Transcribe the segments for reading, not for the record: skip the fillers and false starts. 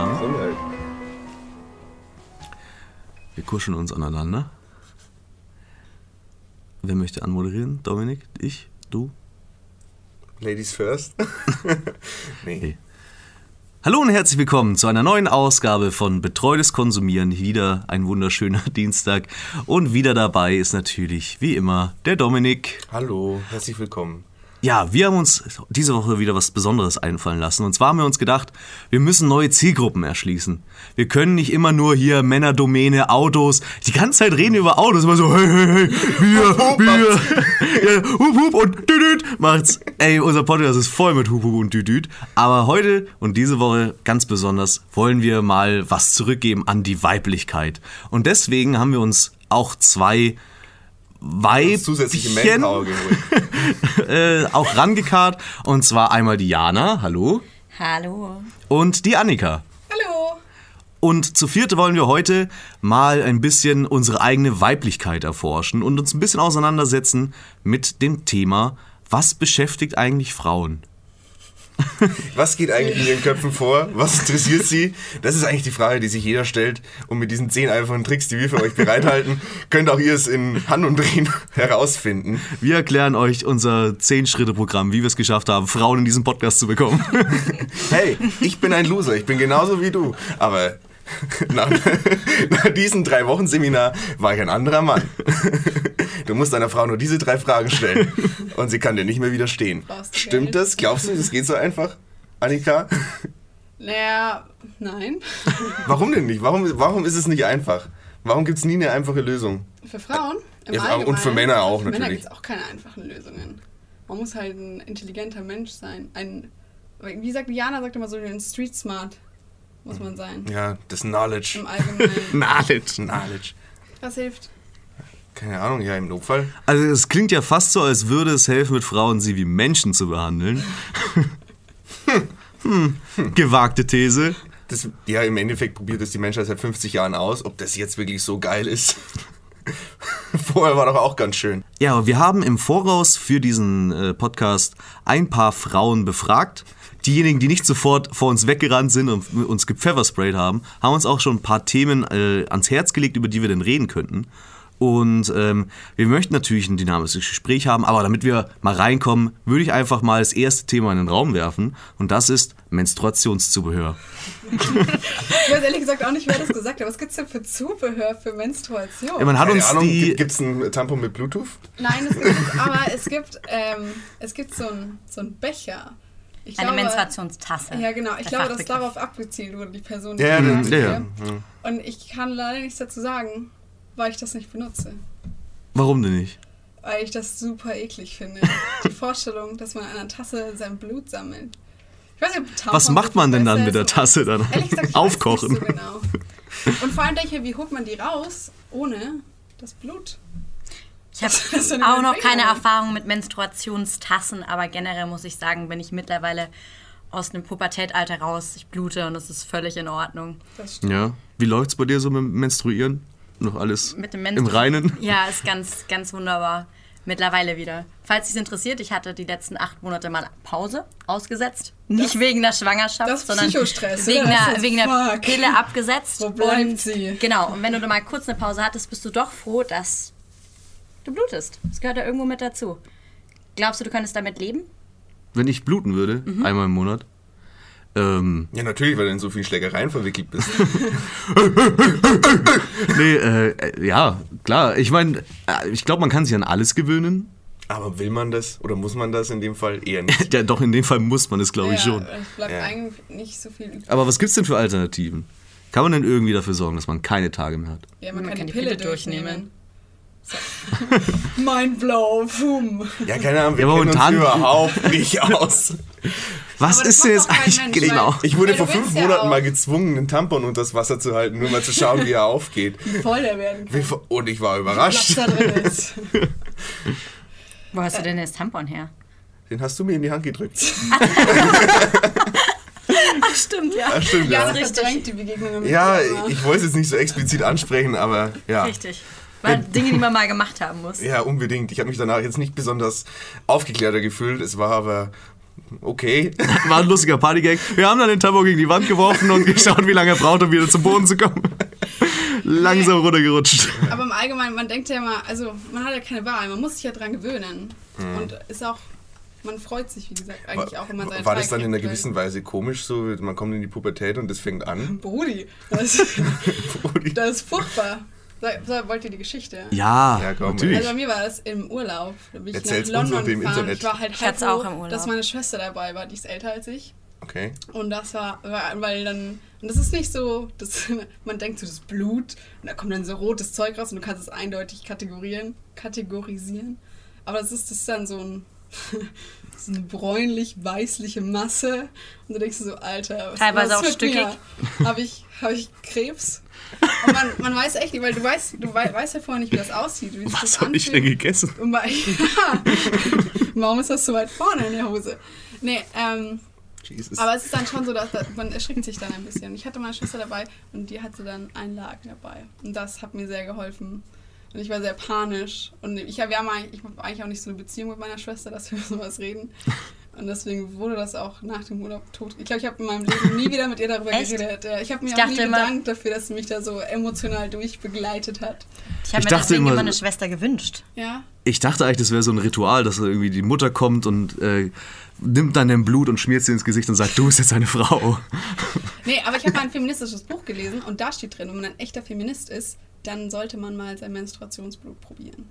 Aufnahme. Wir kuscheln uns aneinander. Wer möchte anmoderieren? Dominik? Ich? Du? Ladies first? Nee. Hallo und herzlich willkommen zu einer neuen Ausgabe von Betreutes Konsumieren. Wieder ein wunderschöner Dienstag. Und wieder dabei ist natürlich, wie immer, der Dominik. Hallo, herzlich willkommen. Ja, wir haben uns diese Woche wieder was Besonderes einfallen lassen. Und zwar haben wir uns gedacht, wir müssen neue Zielgruppen erschließen. Wir können nicht immer nur hier Männerdomäne, Autos, die ganze Zeit reden über Autos, immer so, hey, wir, hup und düdüt macht's. Ey, unser Podcast ist voll mit hup und düdüt. Aber heute und diese Woche ganz besonders wollen wir mal was zurückgeben an die Weiblichkeit. Und deswegen haben wir uns auch zwei zusätzliche Manpower geholt. auch rangekarrt. Und zwar einmal die Jana, hallo. Hallo. Und die Annika. Hallo. Und zu viert wollen wir heute mal ein bisschen unsere eigene Weiblichkeit erforschen und uns ein bisschen auseinandersetzen mit dem Thema, was beschäftigt eigentlich Frauen? Was geht eigentlich in ihren Köpfen vor? Was interessiert sie? Das ist eigentlich die Frage, die sich jeder stellt. Und mit diesen 10 einfachen Tricks, die wir für euch bereithalten, könnt auch ihr es in Handumdrehen herausfinden. Wir erklären euch unser 10-Schritte-Programm, wie wir es geschafft haben, Frauen in diesen Podcast zu bekommen. Hey, ich bin ein Loser, ich bin genauso wie du. Aber nach diesem 3-Wochen-Seminar war ich ein anderer Mann. Du musst deiner Frau nur diese 3 Fragen stellen und sie kann dir nicht mehr widerstehen. Stimmt das? Glaubst du, das geht so einfach, Annika? Naja, nein. Warum denn nicht? Warum ist es nicht einfach? Warum gibt es nie eine einfache Lösung? Für Frauen? Ja, und für Männer auch für Männer natürlich. gibt es auch keine einfachen Lösungen. Man muss halt ein intelligenter Mensch sein. Wie sagt Jana, sagt immer so, ein Street Smart muss man sein. Ja, das Knowledge. Im Allgemeinen. Knowledge. Was hilft? Keine Ahnung, ja, im Notfall. Also es klingt ja fast so, als würde es helfen, mit Frauen sie wie Menschen zu behandeln. Gewagte These. Ja, im Endeffekt probiert es die Menschheit seit 50 Jahren aus, ob das jetzt wirklich so geil ist. Vorher war doch auch ganz schön. Ja, aber wir haben im Voraus für diesen Podcast ein paar Frauen befragt. Diejenigen, die nicht sofort vor uns weggerannt sind und uns gepfeffersprayt haben, haben uns auch schon ein paar Themen ans Herz gelegt, über die wir denn reden könnten. Und wir möchten natürlich ein dynamisches Gespräch haben, aber damit wir mal reinkommen, würde ich einfach mal das erste Thema in den Raum werfen. Und das ist Menstruationszubehör. Ich weiß ehrlich gesagt auch nicht, wer das gesagt hat. Was gibt es denn für Zubehör für Menstruation? Ja, man hat uns Gibt es ein Tampon mit Bluetooth? Nein, es gibt so einen Becher. Eine Menstruationstasse. Ja, genau. Ich glaube, dass darauf abgezielt wurde, die Person, die ja. Und ich kann leider nichts dazu sagen, weil ich das nicht benutze. Warum denn nicht? Weil ich das super eklig finde. Die Vorstellung, dass man in einer Tasse sein Blut sammelt. Ich weiß nicht, ob Tampon was macht man denn dann mit der Tasse dann? Ehrlich gesagt, ich Aufkochen. weiß nicht so genau. Und vor allem denke ich mir, wie holt man die raus, ohne das Blut? Ich habe auch noch keine Erfahrung mit Menstruationstassen, aber generell muss ich sagen, bin ich mittlerweile aus dem Pubertätalter raus. Ich blute und das ist völlig in Ordnung. Ja. Wie läuft's bei dir so mit dem Menstruieren? Noch alles mit dem im Reinen? Ja, ist ganz, ganz wunderbar. Mittlerweile wieder. Falls es interessiert, ich hatte die letzten 8 Monate mal Pause ausgesetzt. Nicht wegen der Schwangerschaft, sondern wegen der Pille abgesetzt. Wo bleibt sie? Genau, und wenn du mal kurz eine Pause hattest, bist du doch froh, dass du blutest. Das gehört ja irgendwo mit dazu. Glaubst du, du könntest damit leben? Wenn ich bluten würde, einmal im Monat? Ja, natürlich, weil du in so vielen Schlägereien verwickelt bist. Ja, klar. Ich meine, ich glaube, man kann sich an alles gewöhnen. Aber will man das oder muss man das in dem Fall eher nicht? Ja, doch, in dem Fall muss man es, glaube ich, schon. Es bleibt eigentlich nicht so viel übrig. Aber was gibt's denn für Alternativen? Kann man denn irgendwie dafür sorgen, dass man keine Tage mehr hat? Ja, man kann die Pille durchnehmen. So. Mindblow, boom. Ja, keine Ahnung, wir kennen uns überhaupt nicht aus. Was ist denn jetzt eigentlich genau? Ich wurde vor 5 Monaten mal gezwungen, einen Tampon unter das Wasser zu halten, nur mal zu schauen, wie er aufgeht. Wie voll der werden kann. Und ich war überrascht. Was da drin ist. Wo hast du denn das Tampon her? Den hast du mir in die Hand gedrückt. Ach, stimmt, ja. Ach, stimmt, ja. Das verdrängt die Begegnung mit Ja, ich wollte es jetzt nicht so explizit ansprechen, aber ja. Richtig. Weil Dinge, die man mal gemacht haben muss. Ja, unbedingt. Ich habe mich danach jetzt nicht besonders aufgeklärter gefühlt. Es war aber okay. War ein lustiger Partygag. Wir haben dann den Tabak gegen die Wand geworfen und geschaut, wie lange er braucht, um wieder zum Boden zu kommen. Langsam runtergerutscht. Aber im Allgemeinen, man denkt ja immer, also man hat ja keine Wahl, man muss sich ja dran gewöhnen. Und ist auch, man freut sich, wie gesagt, eigentlich auch, wenn man seine War das dann in einer gewissen Weise komisch, so man kommt in die Pubertät und das fängt an? Brudi, das ist furchtbar. Wollt ihr die Geschichte? Ja, natürlich. Also bei mir war das im Urlaub. Da bin ich Erzähl's nach London uns und dem gefahren. Internet. Ich war halt Ich auch im Urlaub. dass meine Schwester dabei war, die ist älter als ich. Okay. Und das war, weil dann, und das ist nicht so, man denkt so, das Blut, und da kommt dann so rotes Zeug raus und du kannst es eindeutig kategorisieren. Aber das ist dann so eine bräunlich-weißliche Masse. Und du denkst so, Alter, was teilweise auch mit stückig. Hab ich Krebs? Und man weiß echt nicht, weil du weißt ja vorher nicht, wie das aussieht. Wie Was habe ich denn gegessen? Warum ist das so weit vorne in der Hose? Nee, Jesus. aber es ist dann schon so, dass man erschrickt sich dann ein bisschen. Ich hatte meine Schwester dabei und die hatte dann einen Laken dabei. Und das hat mir sehr geholfen. Und ich war sehr panisch. Und ich habe eigentlich auch nicht so eine Beziehung mit meiner Schwester, dass wir über sowas reden. Und deswegen wurde das auch nach dem Urlaub tot. Ich glaube, ich habe in meinem Leben nie wieder mit ihr darüber geredet. Ich habe mir auch nie bedankt dafür, dass sie mich da so emotional durchbegleitet hat. Ich habe mir deswegen immer eine Schwester gewünscht. Ja? Ich dachte eigentlich, das wäre so ein Ritual, dass irgendwie die Mutter kommt und nimmt dann dein Blut und schmiert sie ins Gesicht und sagt, du bist jetzt eine Frau. Nee, aber ich habe mal ein feministisches Buch gelesen und da steht drin, wenn man ein echter Feminist ist, dann sollte man mal sein Menstruationsblut probieren.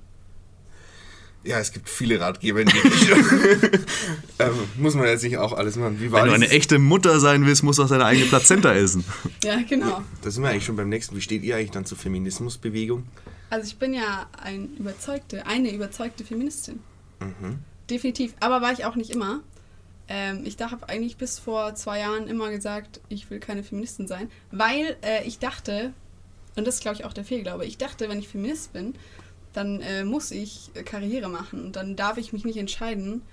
Ja, es gibt viele Ratgeber in die Richtung. Muss man jetzt nicht auch alles machen. Wenn du eine echte Mutter sein willst, musst du auch deine eigene Plazenta essen. Ja, genau. Da sind wir eigentlich schon beim nächsten. Wie steht ihr eigentlich dann zur Feminismusbewegung? Also ich bin ja eine überzeugte Feministin. Mhm. Definitiv. Aber war ich auch nicht immer. Ich habe eigentlich bis vor 2 Jahren immer gesagt, ich will keine Feministin sein, weil ich dachte, und das ist glaube ich auch der Fehlglaube, ich dachte, wenn ich Feminist bin, dann muss ich Karriere machen und dann darf ich mich nicht entscheiden,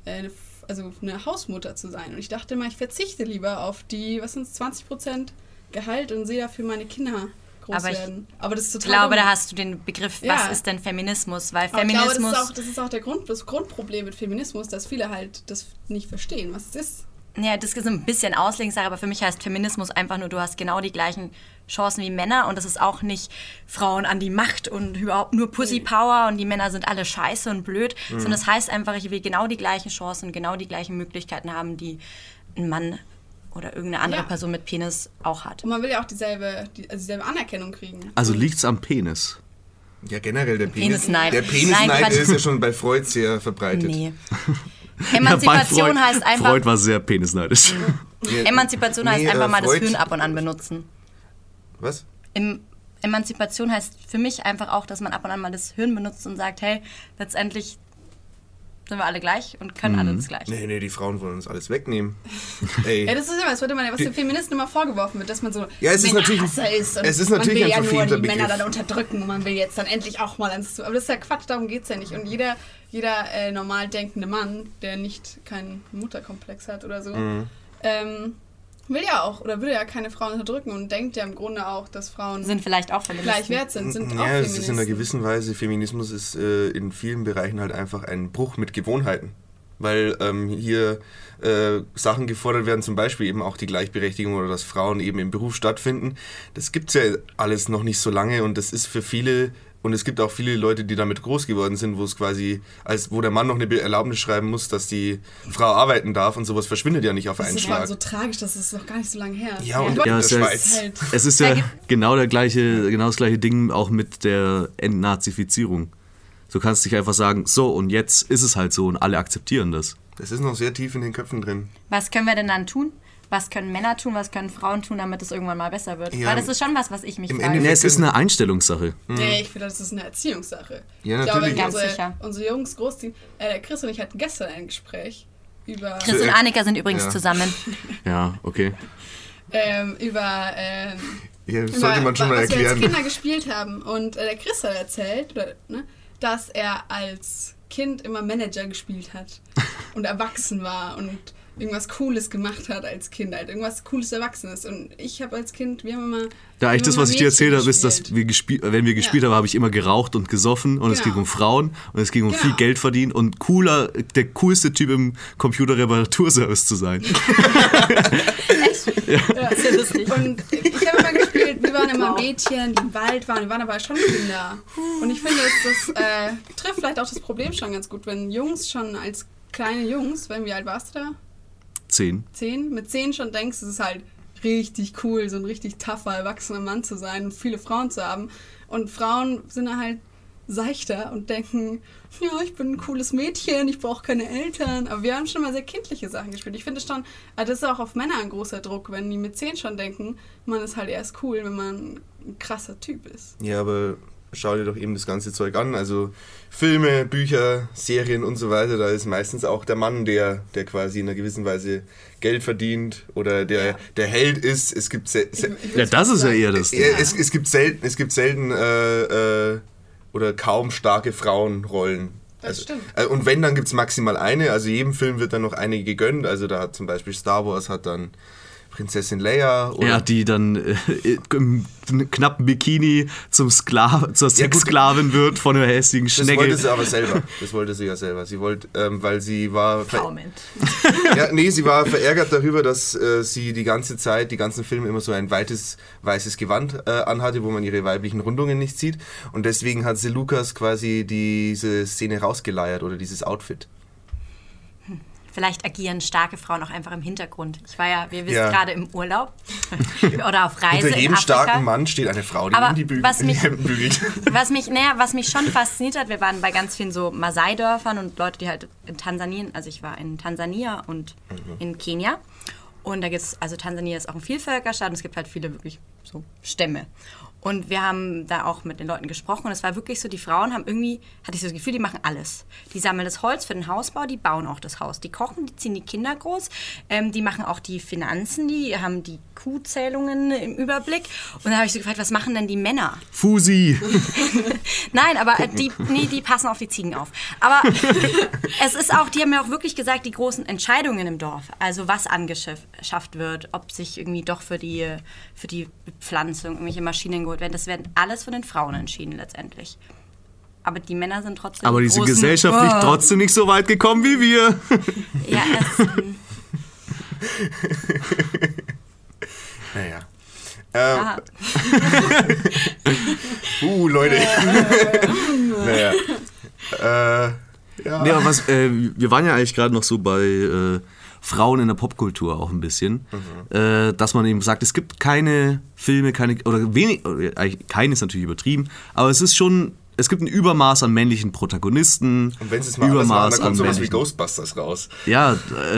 eine Hausmutter zu sein. Und ich dachte immer, ich verzichte lieber auf die, 20% Gehalt und sehe dafür meine Kinder groß werden. Aber das ist total glaube, da hast du den Begriff, was ist denn Feminismus? Weil Feminismus... Ich glaube, das ist auch das Grundproblem mit Feminismus, dass viele halt das nicht verstehen, was es ist. Ja, das ist ein bisschen Auslegungssache, aber für mich heißt Feminismus einfach nur, du hast genau die gleichen Chancen wie Männer und das ist auch nicht Frauen an die Macht und überhaupt nur Pussy-Power und die Männer sind alle scheiße und blöd, sondern das heißt einfach, ich will genau die gleichen Chancen und genau die gleichen Möglichkeiten haben, die ein Mann oder irgendeine andere Person mit Penis auch hat. Und man will ja auch dieselbe Anerkennung kriegen. Also liegt's am Penis? Ja, generell der Penisneid. Der Penisneid ist ja schon bei Freud sehr verbreitet. Nee. Emanzipation heißt einfach... Freud war sehr penisneidisch. Emanzipation heißt einfach mal das Hirn ab und an benutzen. Was? Emanzipation heißt für mich einfach auch, dass man ab und an mal das Hirn benutzt und sagt, hey, letztendlich sind wir alle gleich und können alle das Gleiche. Nee, die Frauen wollen uns alles wegnehmen. Ey. Ja, das ist immer, was den Feministen immer vorgeworfen wird, dass man so Männerhasser ist und es ist natürlich man will ja nur die Begriff. Männer dann unterdrücken und man will jetzt dann endlich auch mal ans zu. Aber das ist ja Quatsch, darum geht's ja nicht. Und jeder normal denkende Mann, der nicht keinen Mutterkomplex hat oder so, will ja auch oder würde ja keine Frauen unterdrücken und denkt ja im Grunde auch, dass Frauen sind vielleicht auch Feministen. Gleich wert sind auch Feministen. Es ist in einer gewissen Weise, Feminismus ist in vielen Bereichen halt einfach ein Bruch mit Gewohnheiten. Weil hier Sachen gefordert werden, zum Beispiel eben auch die Gleichberechtigung oder dass Frauen eben im Beruf stattfinden. Das gibt's ja alles noch nicht so lange und das ist für viele... Und es gibt auch viele Leute, die damit groß geworden sind, wo es quasi, wo der Mann noch eine Erlaubnis schreiben muss, dass die Frau arbeiten darf und sowas verschwindet ja nicht auf einen Schlag. Das ist so tragisch, das ist noch gar nicht so lange her. Ja, und in der Schweiz. Es ist ja genau das gleiche Ding auch mit der Entnazifizierung. Du kannst dich einfach sagen, so und jetzt ist es halt so und alle akzeptieren das. Das ist noch sehr tief in den Köpfen drin. Was können wir denn dann tun? Was können Männer tun, was können Frauen tun, damit es irgendwann mal besser wird? Ja, weil das ist schon was ich mich frage. Es ist eine Einstellungssache. Nee, ich finde, das ist eine Erziehungssache. Ja, ich natürlich. glaube, ganz sicher. Unsere Jungs, Großteam, der Chris und ich hatten gestern ein Gespräch über... Chris und Annika sind übrigens zusammen. Ja, okay. Das sollte man schon mal erklären. Was wir als Kinder gespielt haben. Und der Chris hat erzählt, dass er als Kind immer Manager gespielt hat und erwachsen war und irgendwas Cooles gemacht hat als Kind, halt irgendwas Cooles Erwachsenes. Und ich habe als Kind, wir haben immer... Ja, eigentlich das, was ich dir erzählt habe, ist, dass wenn wir gespielt haben, habe ich immer geraucht und gesoffen und es ging um Frauen und es ging um viel Geld verdienen und der coolste Typ im Computer-Reparaturservice zu sein. Echt? Ja, ist ja lustig. Und ich habe immer gespielt, wir waren immer Mädchen, die im Wald waren, wir waren aber schon Kinder. Und ich finde, das trifft vielleicht auch das Problem schon ganz gut, wenn Jungs schon als kleine Jungs, wie alt warst du da? 10. Mit 10 schon denkst, es ist halt richtig cool, so ein richtig tougher, erwachsener Mann zu sein und viele Frauen zu haben. Und Frauen sind halt seichter und denken, ja, ich bin ein cooles Mädchen, ich brauche keine Eltern. Aber wir haben schon mal sehr kindliche Sachen gespielt. Ich finde schon, das ist auch auf Männer ein großer Druck, wenn die mit 10 schon denken, man ist halt erst cool, wenn man ein krasser Typ ist. Ja, aber schau dir doch eben das ganze Zeug an. Also Filme, Bücher, Serien und so weiter, da ist meistens auch der Mann, der quasi in einer gewissen Weise Geld verdient oder der Held ist. Es gibt das ist ja eher das. Es gibt selten oder kaum starke Frauenrollen. Das stimmt. Und wenn, dann gibt es maximal eine. Also jedem Film wird dann noch eine gegönnt. Also da hat zum Beispiel Star Wars hat dann Prinzessin Leia. Oder die dann im knappen Bikini zur Sexsklavin wird von einer hässlichen Schnecke. Das wollte sie aber selber. Das wollte sie ja selber. Sie wollte, weil sie war... sie war verärgert darüber, dass sie die ganze Zeit, die ganzen Filme immer so ein weites, weißes Gewand anhatte, wo man ihre weiblichen Rundungen nicht sieht. Und deswegen hat sie Lucas quasi diese Szene rausgeleiert oder dieses Outfit. Vielleicht agieren starke Frauen auch einfach im Hintergrund. Wir wissen gerade im Urlaub oder auf Reise Unter jedem in Afrika. starken Mann steht eine Frau, die in die Hemden bügelt. Was mich schon fasziniert hat, wir waren bei ganz vielen so Maasai-Dörfern und Leute, die halt in Tansania, also ich war in Tansania und in Kenia. Und da gibt es, also Tansania ist auch ein Vielvölkerstaat und es gibt halt viele wirklich so Stämme. Und wir haben da auch mit den Leuten gesprochen und es war wirklich so, die Frauen haben irgendwie, hatte ich so das Gefühl, die machen alles. Die sammeln das Holz für den Hausbau, die bauen auch das Haus. Die kochen, die ziehen die Kinder groß, die machen auch die Finanzen, die haben die Kuhzählungen im Überblick. Und dann habe ich so gefragt, was machen denn die Männer? Fusi! Nein, aber die passen auf die Ziegen auf. Aber es ist auch, die haben ja auch wirklich gesagt, die großen Entscheidungen im Dorf, also was angeschafft wird, ob sich irgendwie doch für die Bepflanzung irgendwelche Maschinen geholt werden, das werden alles von den Frauen entschieden letztendlich. Aber die Männer sind trotzdem aber die sind gesellschaftlich trotzdem nicht so weit gekommen wie wir. Ja, naja. Leute. Naja. Ja, aber wir waren ja eigentlich gerade noch so bei Frauen in der Popkultur auch ein bisschen, dass man eben sagt, es gibt keine Filme, keine ist natürlich übertrieben, aber es gibt ein Übermaß an männlichen Protagonisten. Und wenn es mal alles machen, dann kommt sowas wie Ghostbusters raus. Ja,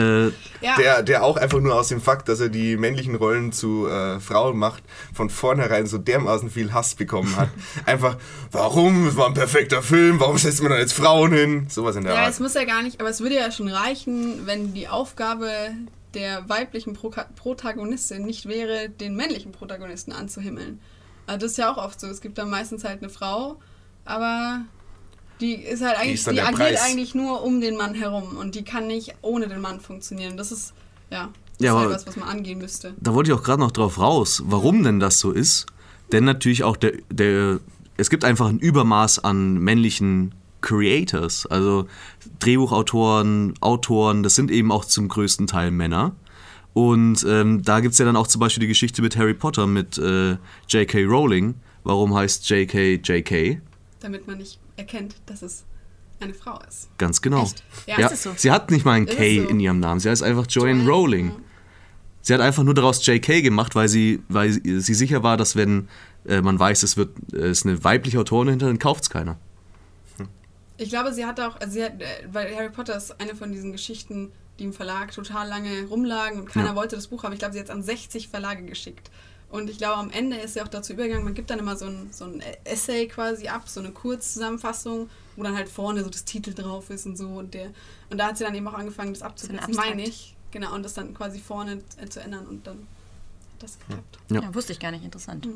Der auch einfach nur aus dem Fakt, dass er die männlichen Rollen zu Frauen macht, von vornherein so dermaßen viel Hass bekommen hat. Einfach, warum? Es war ein perfekter Film, warum setzt man da jetzt Frauen hin? Sowas in der Art. Ja, es muss ja gar nicht, aber es würde ja schon reichen, wenn die Aufgabe der weiblichen Protagonistin nicht wäre, den männlichen Protagonisten anzuhimmeln. Also das ist ja auch oft so. Es gibt dann meistens halt eine Frau, aber die ist halt eigentlich, die agiert eigentlich nur um den Mann herum und die kann nicht ohne den Mann funktionieren. Das ist halt was man angehen müsste. Da wollte ich auch gerade noch drauf raus, warum denn das so ist. Denn natürlich auch es gibt einfach ein Übermaß an männlichen Creators, also Drehbuchautoren, Autoren, das sind eben auch zum größten Teil Männer. Und da gibt es ja dann auch zum Beispiel die Geschichte mit Harry Potter, mit J.K. Rowling. Warum heißt J.K. Damit man nicht erkennt, dass es eine Frau ist. Ganz genau. Echt? Ja, ist es so? Sie hat nicht mal ein K in ihrem Namen, sie heißt einfach Joanne Rowling. Ja. Sie hat einfach nur daraus J.K. gemacht, weil sie sicher war, dass wenn man weiß, es ist eine weibliche Autorin hinter, dann kauft es keiner. Ich glaube, sie hat auch, weil Harry Potter ist eine von diesen Geschichten, die im Verlag total lange rumlagen und keiner wollte das Buch haben. Ich glaube, sie hat es an 60 Verlage geschickt. Und ich glaube, am Ende ist sie auch dazu übergegangen, man gibt dann immer so ein Essay quasi ab, so eine Kurzzusammenfassung, wo dann halt vorne so das Titel drauf ist und so. Und da hat sie dann eben auch angefangen, das abzusetzen, meine ich. Genau, und das dann quasi vorne zu ändern und dann hat das geklappt. Ja, wusste ich gar nicht, interessant.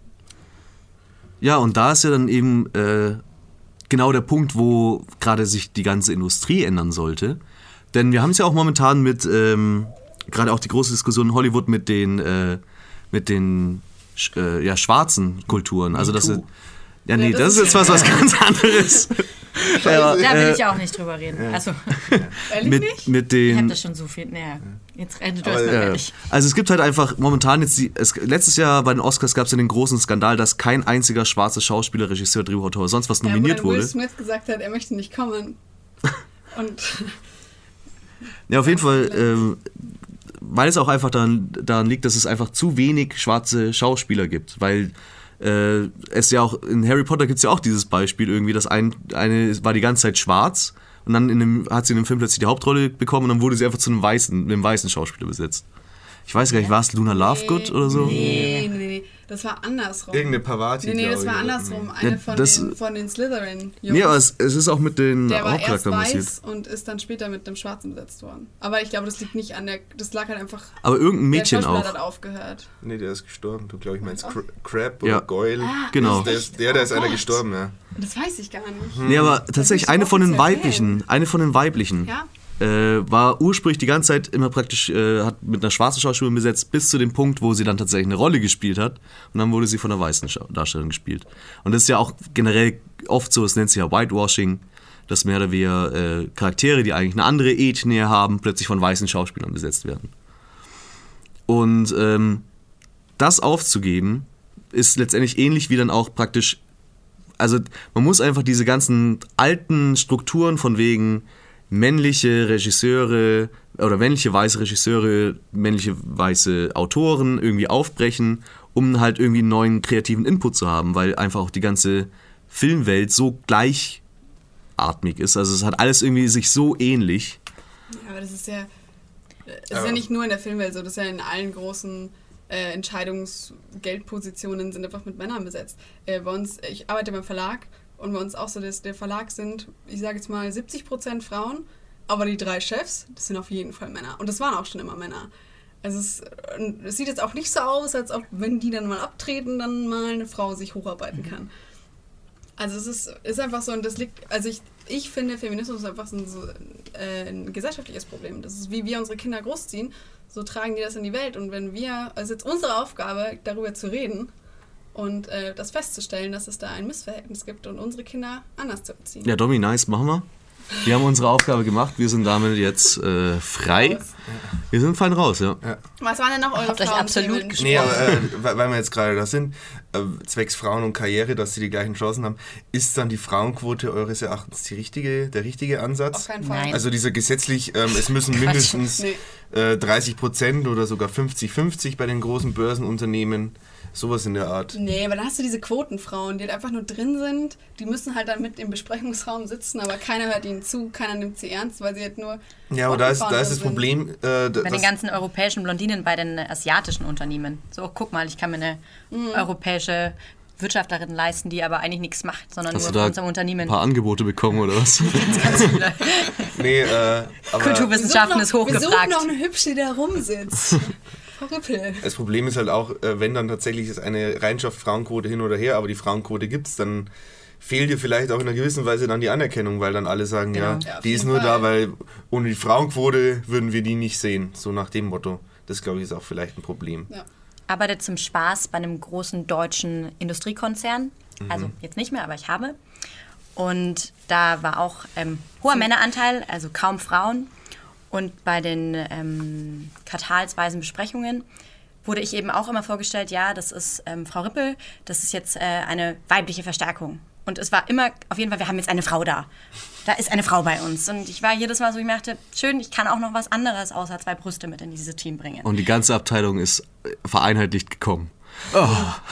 Ja, und da ist ja dann eben genau der Punkt, wo gerade sich die ganze Industrie ändern sollte. Denn wir haben es ja auch momentan mit, gerade auch die große Diskussion in Hollywood mit den schwarzen Kulturen. Also das ist, das ist jetzt was ganz anderes. Da will ich auch nicht drüber reden. Ja. Also. Ehrlich nicht? Mit den, ich habe das schon so viel. Naja, jetzt redet du erstmal ehrlich. Also es gibt halt einfach momentan letztes Jahr bei den Oscars gab es ja den großen Skandal, dass kein einziger schwarzer Schauspieler, Regisseur, Drehbuchautor, sonst was nominiert wurde. Will Smith gesagt hat, er möchte nicht kommen. Und ja, auf jeden Fall, weil es auch einfach daran liegt, dass es einfach zu wenig schwarze Schauspieler gibt, weil es ja auch, in Harry Potter gibt es ja auch dieses Beispiel irgendwie, dass eine war die ganze Zeit schwarz und dann hat sie in dem Film plötzlich die Hauptrolle bekommen und dann wurde sie einfach zu einem weißen Schauspieler besetzt. Ich weiß gar nicht, war es Luna Lovegood oder so? Nee. Das war andersrum. Irgendeine Pavati, Nee, das war andersrum. Eine von den Slytherin-Jungs. Nee, aber es ist auch mit den Der war erst Hauptcharakteren weiß passiert. und ist dann später mit dem Schwarzen besetzt worden. Aber ich glaube, das liegt nicht an das lag halt einfach... Aber irgendein Mädchen der auch. hat aufgehört. Nee, der ist gestorben. Du, glaube ich, meinst Crab oder Goyle. Genau. Da ist einer gestorben, ja. Das weiß ich gar nicht. Nee, aber tatsächlich eine von den weiblichen, Ja? war ursprünglich die ganze Zeit immer praktisch, hat mit einer schwarzen Schauspielerin besetzt, bis zu dem Punkt, wo sie dann tatsächlich eine Rolle gespielt hat. Und dann wurde sie von einer weißen Darstellerin gespielt. Und das ist ja auch generell oft so, es nennt sich ja Whitewashing, dass mehr oder weniger Charaktere, die eigentlich eine andere Ethnie haben, plötzlich von weißen Schauspielern besetzt werden. Und das aufzugeben, ist letztendlich ähnlich wie dann auch praktisch, also man muss einfach diese ganzen alten Strukturen von wegen männliche Regisseure oder männliche weiße Regisseure, männliche weiße Autoren irgendwie aufbrechen, um halt irgendwie einen neuen kreativen Input zu haben, weil einfach auch die ganze Filmwelt so gleichatmig ist. Also es hat alles irgendwie sich so ähnlich. Ja, aber das ist ja nicht nur in der Filmwelt so, das ist ja in allen großen Entscheidungsgeldpositionen sind einfach mit Männern besetzt. Bei uns, ich arbeite beim Verlag und bei uns auch so, dass der Verlag sind, ich sage jetzt mal 70% Frauen, aber die 3 Chefs, das sind auf jeden Fall Männer. Und das waren auch schon immer Männer. Also es sieht jetzt auch nicht so aus, als ob, wenn die dann mal abtreten, dann mal eine Frau sich hocharbeiten kann. Also es ist einfach so, und das liegt, also ich finde, Feminismus ist einfach so ein gesellschaftliches Problem. Das ist, wie wir unsere Kinder großziehen, so tragen die das in die Welt. Und wenn also jetzt unsere Aufgabe, darüber zu reden und das festzustellen, dass es da ein Missverhältnis gibt und unsere Kinder anders zu erziehen. Ja, Domi, nice, machen wir. Wir haben unsere Aufgabe gemacht, wir sind damit jetzt frei. Wir sind fein raus, ja. Was waren denn noch eure Frauen? Absolut gesprochen. Nee, aber weil wir jetzt gerade da sind, zwecks Frauen und Karriere, dass sie die gleichen Chancen haben, ist dann die Frauenquote eures Erachtens der richtige Ansatz? Auf keinen Fall. Nein. Also dieser gesetzlich, es müssen mindestens 30% oder sogar 50-50 bei den großen Börsenunternehmen, sowas in der Art. Nee, aber dann hast du diese Quotenfrauen, die halt einfach nur drin sind, die müssen halt dann mit im Besprechungsraum sitzen, aber keiner hört ihnen zu, keiner nimmt sie ernst, weil sie halt nur... Ja, aber da ist das Problem... bei den ganzen europäischen Blondinen bei den asiatischen Unternehmen. So, guck mal, ich kann mir eine europäische Wirtschafterin leisten, die aber eigentlich nichts macht, sondern Hast nur du von da unserem Unternehmen. ein paar Angebote bekommen oder was? Ganz viele. Nee, aber... Kulturwissenschaften ist hochgefragt. Wir suchen noch eine Hübsche, die da rumsitzt. Das Problem ist halt auch, wenn dann tatsächlich ist eine Reinschafft Frauenquote hin oder her, aber die Frauenquote gibt's, dann fehlt dir vielleicht auch in einer gewissen Weise dann die Anerkennung, weil dann alle sagen, Genau. ja, die ist nur da, weil ohne die Frauenquote würden wir die nicht sehen. So nach dem Motto. Das, glaube ich, ist auch vielleicht ein Problem. Ja. Arbeitet zum Spaß bei einem großen deutschen Industriekonzern. Also jetzt nicht mehr, aber ich habe. Und da war auch hoher Männeranteil, also kaum Frauen. Und bei den quartalsweisen Besprechungen wurde ich eben auch immer vorgestellt, ja, das ist Frau Rippel, das ist jetzt eine weibliche Verstärkung. Und es war immer, auf jeden Fall, wir haben jetzt eine Frau da. Da ist eine Frau bei uns. Und ich war jedes Mal so, ich dachte, schön, ich kann auch noch was anderes außer 2 Brüste mit in dieses Team bringen. Und die ganze Abteilung ist vereinheitlicht gekommen. Oh.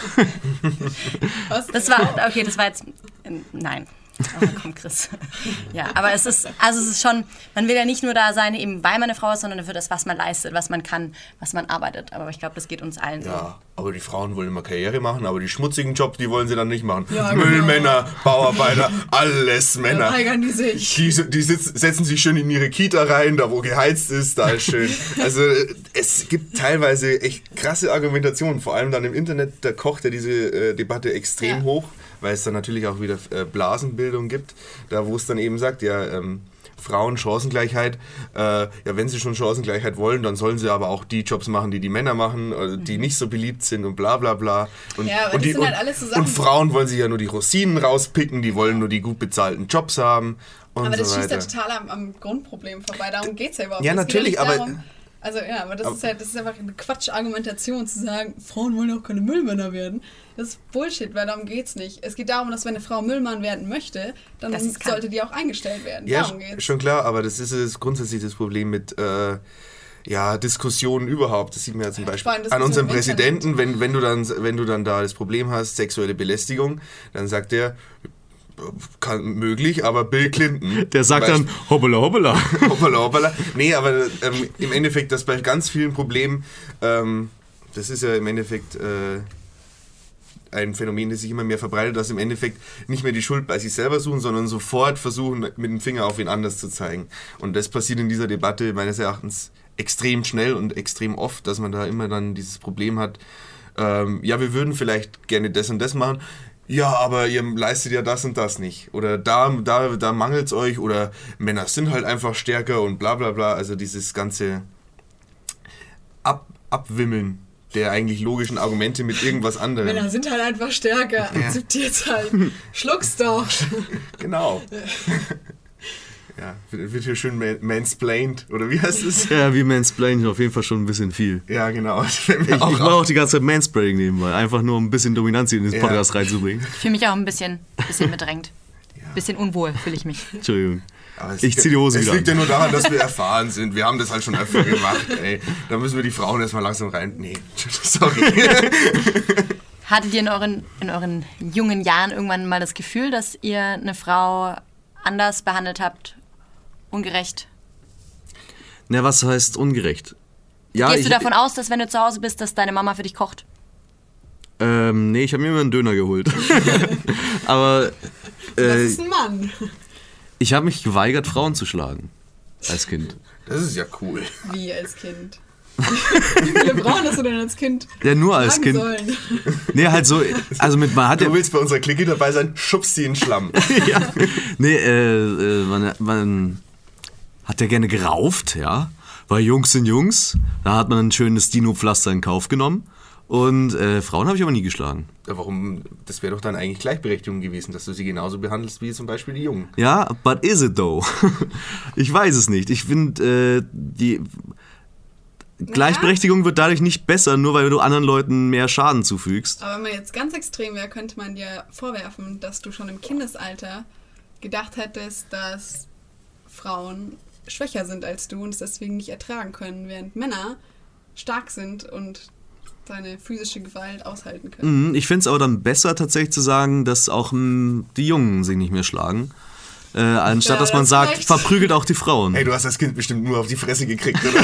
Das war jetzt, nein. Oh, komm, Chris. Ja, aber es ist schon, man will ja nicht nur da sein, eben weil man eine Frau ist, sondern für das, was man leistet, was man kann, was man arbeitet. Aber ich glaube, das geht uns allen so. Ja, aber die Frauen wollen immer Karriere machen, aber die schmutzigen Jobs, die wollen sie dann nicht machen. Ja, Müllmänner, Bauarbeiter, alles Männer. Da weigern die sich. Die setzen sich schön in ihre Kita rein, da wo geheizt ist, da ist schön. Also es gibt teilweise echt krasse Argumentationen, vor allem dann im Internet, da kocht ja diese Debatte extrem hoch, weil es dann natürlich auch wieder Blasenbildung gibt, da wo es dann eben sagt, ja, Frauen Chancengleichheit. Wenn sie schon Chancengleichheit wollen, dann sollen sie aber auch die Jobs machen, die Männer machen, die nicht so beliebt sind und bla bla bla. Und sind halt alles so Sachen. Und Frauen wollen sich ja nur die Rosinen rauspicken, die wollen nur die gut bezahlten Jobs haben. Aber das schießt ja total am Grundproblem vorbei. Darum geht es ja überhaupt nicht. Ja, natürlich, aber... aber das ist einfach eine Quatschargumentation zu sagen, Frauen wollen auch keine Müllmänner werden. Das ist Bullshit, weil darum geht's nicht. Es geht darum, dass wenn eine Frau Müllmann werden möchte, dann sollte die auch eingestellt werden. Ja, darum geht's. Schon klar, aber das ist grundsätzlich das Problem mit Diskussionen überhaupt. Das sieht man ja zum Beispiel an unserem Präsidenten, wenn du dann da das Problem hast, sexuelle Belästigung, dann sagt er, möglich, aber Bill Clinton. Der sagt dann, hoppala, hoppala. Hoppala, hoppala. Nee, aber im Endeffekt, das bei ganz vielen Problemen, das ist ja im Endeffekt ein Phänomen, das sich immer mehr verbreitet, dass im Endeffekt nicht mehr die Schuld bei sich selber suchen, sondern sofort versuchen, mit dem Finger auf wen anders zu zeigen. Und das passiert in dieser Debatte meines Erachtens extrem schnell und extrem oft, dass man da immer dann dieses Problem hat, wir würden vielleicht gerne das und das machen, ja, aber ihr leistet ja das und das nicht. Oder da mangelt es euch. Oder Männer sind halt einfach stärker und bla bla bla. Also dieses ganze Abwimmeln der eigentlich logischen Argumente mit irgendwas anderem. Männer sind halt einfach stärker. Ja. Akzeptiert's halt. Schluck's doch. Genau. Ja, wird hier schön mansplained, oder wie heißt es? Ja, wie mansplained, auf jeden Fall schon ein bisschen viel. Ja, genau. Ich mache auch die ganze Zeit Manspraying nebenbei, einfach nur ein bisschen Dominanz in den Podcast reinzubringen. Ich fühle mich auch ein bisschen bedrängt. Ein bisschen unwohl fühle ich mich. Entschuldigung. Ich ziehe die Hose wieder an. Es liegt ja nur daran, dass wir erfahren sind. Wir haben das halt schon öfter gemacht. Ey. Da müssen wir die Frauen erstmal langsam rein... Nee, sorry. Hattet ihr in euren jungen Jahren irgendwann mal das Gefühl, dass ihr eine Frau anders behandelt habt? Ungerecht? Na, was heißt ungerecht? Ja, gehst du davon aus, dass wenn du zu Hause bist, dass deine Mama für dich kocht? Nee, ich habe mir immer einen Döner geholt. Aber... das ist ein Mann. Ich habe mich geweigert, Frauen zu schlagen. Als Kind. Das ist ja cool. Wie als Kind? Wie viele Frauen hast du denn als Kind? Ja, nur als Kind. Sollen? Nee, halt so. Also mit man hat du willst bei unserer Clique dabei sein, schubst sie in den Schlamm. Ja. Nee, man hat ja gerne gerauft, ja. Weil Jungs sind Jungs. Da hat man ein schönes Dino-Pflaster in Kauf genommen. Und Frauen habe ich aber nie geschlagen. Ja, warum? Das wäre doch dann eigentlich Gleichberechtigung gewesen, dass du sie genauso behandelst wie zum Beispiel die Jungen. Ja, but is it though? Ich weiß es nicht. Ich finde, die Gleichberechtigung wird dadurch nicht besser, nur weil du anderen Leuten mehr Schaden zufügst. Aber wenn man jetzt ganz extrem wäre, könnte man dir vorwerfen, dass du schon im Kindesalter gedacht hättest, dass Frauen schwächer sind als du und es deswegen nicht ertragen können, während Männer stark sind und seine physische Gewalt aushalten können. Ich finde es aber dann besser, tatsächlich zu sagen, dass auch die Jungen sich nicht mehr schlagen. Anstatt dass man sagt, verprügelt auch die Frauen. Ey, du hast das Kind bestimmt nur auf die Fresse gekriegt, oder?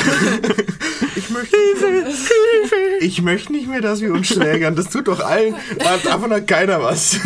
Ich möchte nicht mehr, dass wir uns schlägern. Das tut doch allen. Davon hat keiner was.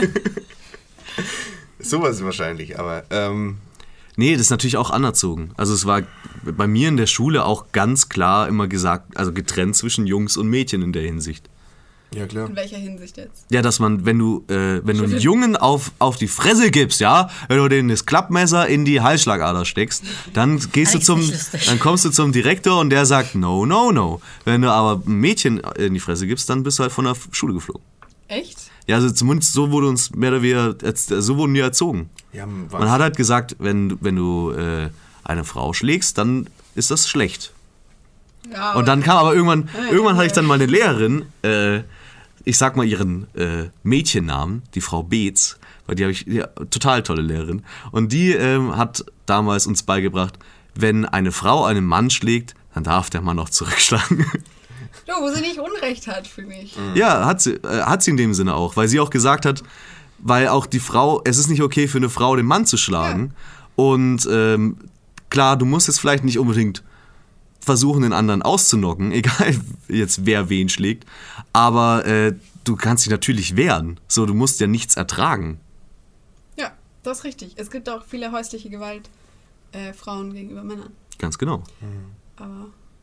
Sowas wahrscheinlich, aber... Nee, das ist natürlich auch anerzogen. Also es war bei mir in der Schule auch ganz klar immer gesagt, also getrennt zwischen Jungs und Mädchen in der Hinsicht. Ja, klar. In welcher Hinsicht jetzt? Ja, dass man, wenn du einen Jungen auf die Fresse gibst, ja, wenn du denen das Klappmesser in die Halsschlagader steckst, dann kommst du zum Direktor und der sagt no, no, no. Wenn du aber ein Mädchen in die Fresse gibst, dann bist du halt von der Schule geflogen. Echt? Ja, also zumindest so wurde uns mehr oder weniger, so wurden wir erzogen. Ja, man hat halt gesagt, wenn du eine Frau schlägst, dann ist das schlecht. Ja, und dann kam aber irgendwann hatte ich dann mal eine Lehrerin, ich sag mal ihren Mädchennamen, die Frau Beetz, weil die habe ich, ja, total tolle Lehrerin. Und die hat damals uns beigebracht, wenn eine Frau einen Mann schlägt, dann darf der Mann auch zurückschlagen. Ja, wo sie nicht Unrecht hat, finde ich. Ja, hat sie in dem Sinne auch, weil sie auch gesagt hat, weil auch die Frau, es ist nicht okay für eine Frau, den Mann zu schlagen. Ja. Und klar, du musst jetzt vielleicht nicht unbedingt versuchen, den anderen auszunocken, egal jetzt wer wen schlägt, aber du kannst dich natürlich wehren. So, du musst ja nichts ertragen. Ja, das ist richtig. Es gibt auch viele häusliche Gewalt Frauen gegenüber Männern. Ganz genau. Aber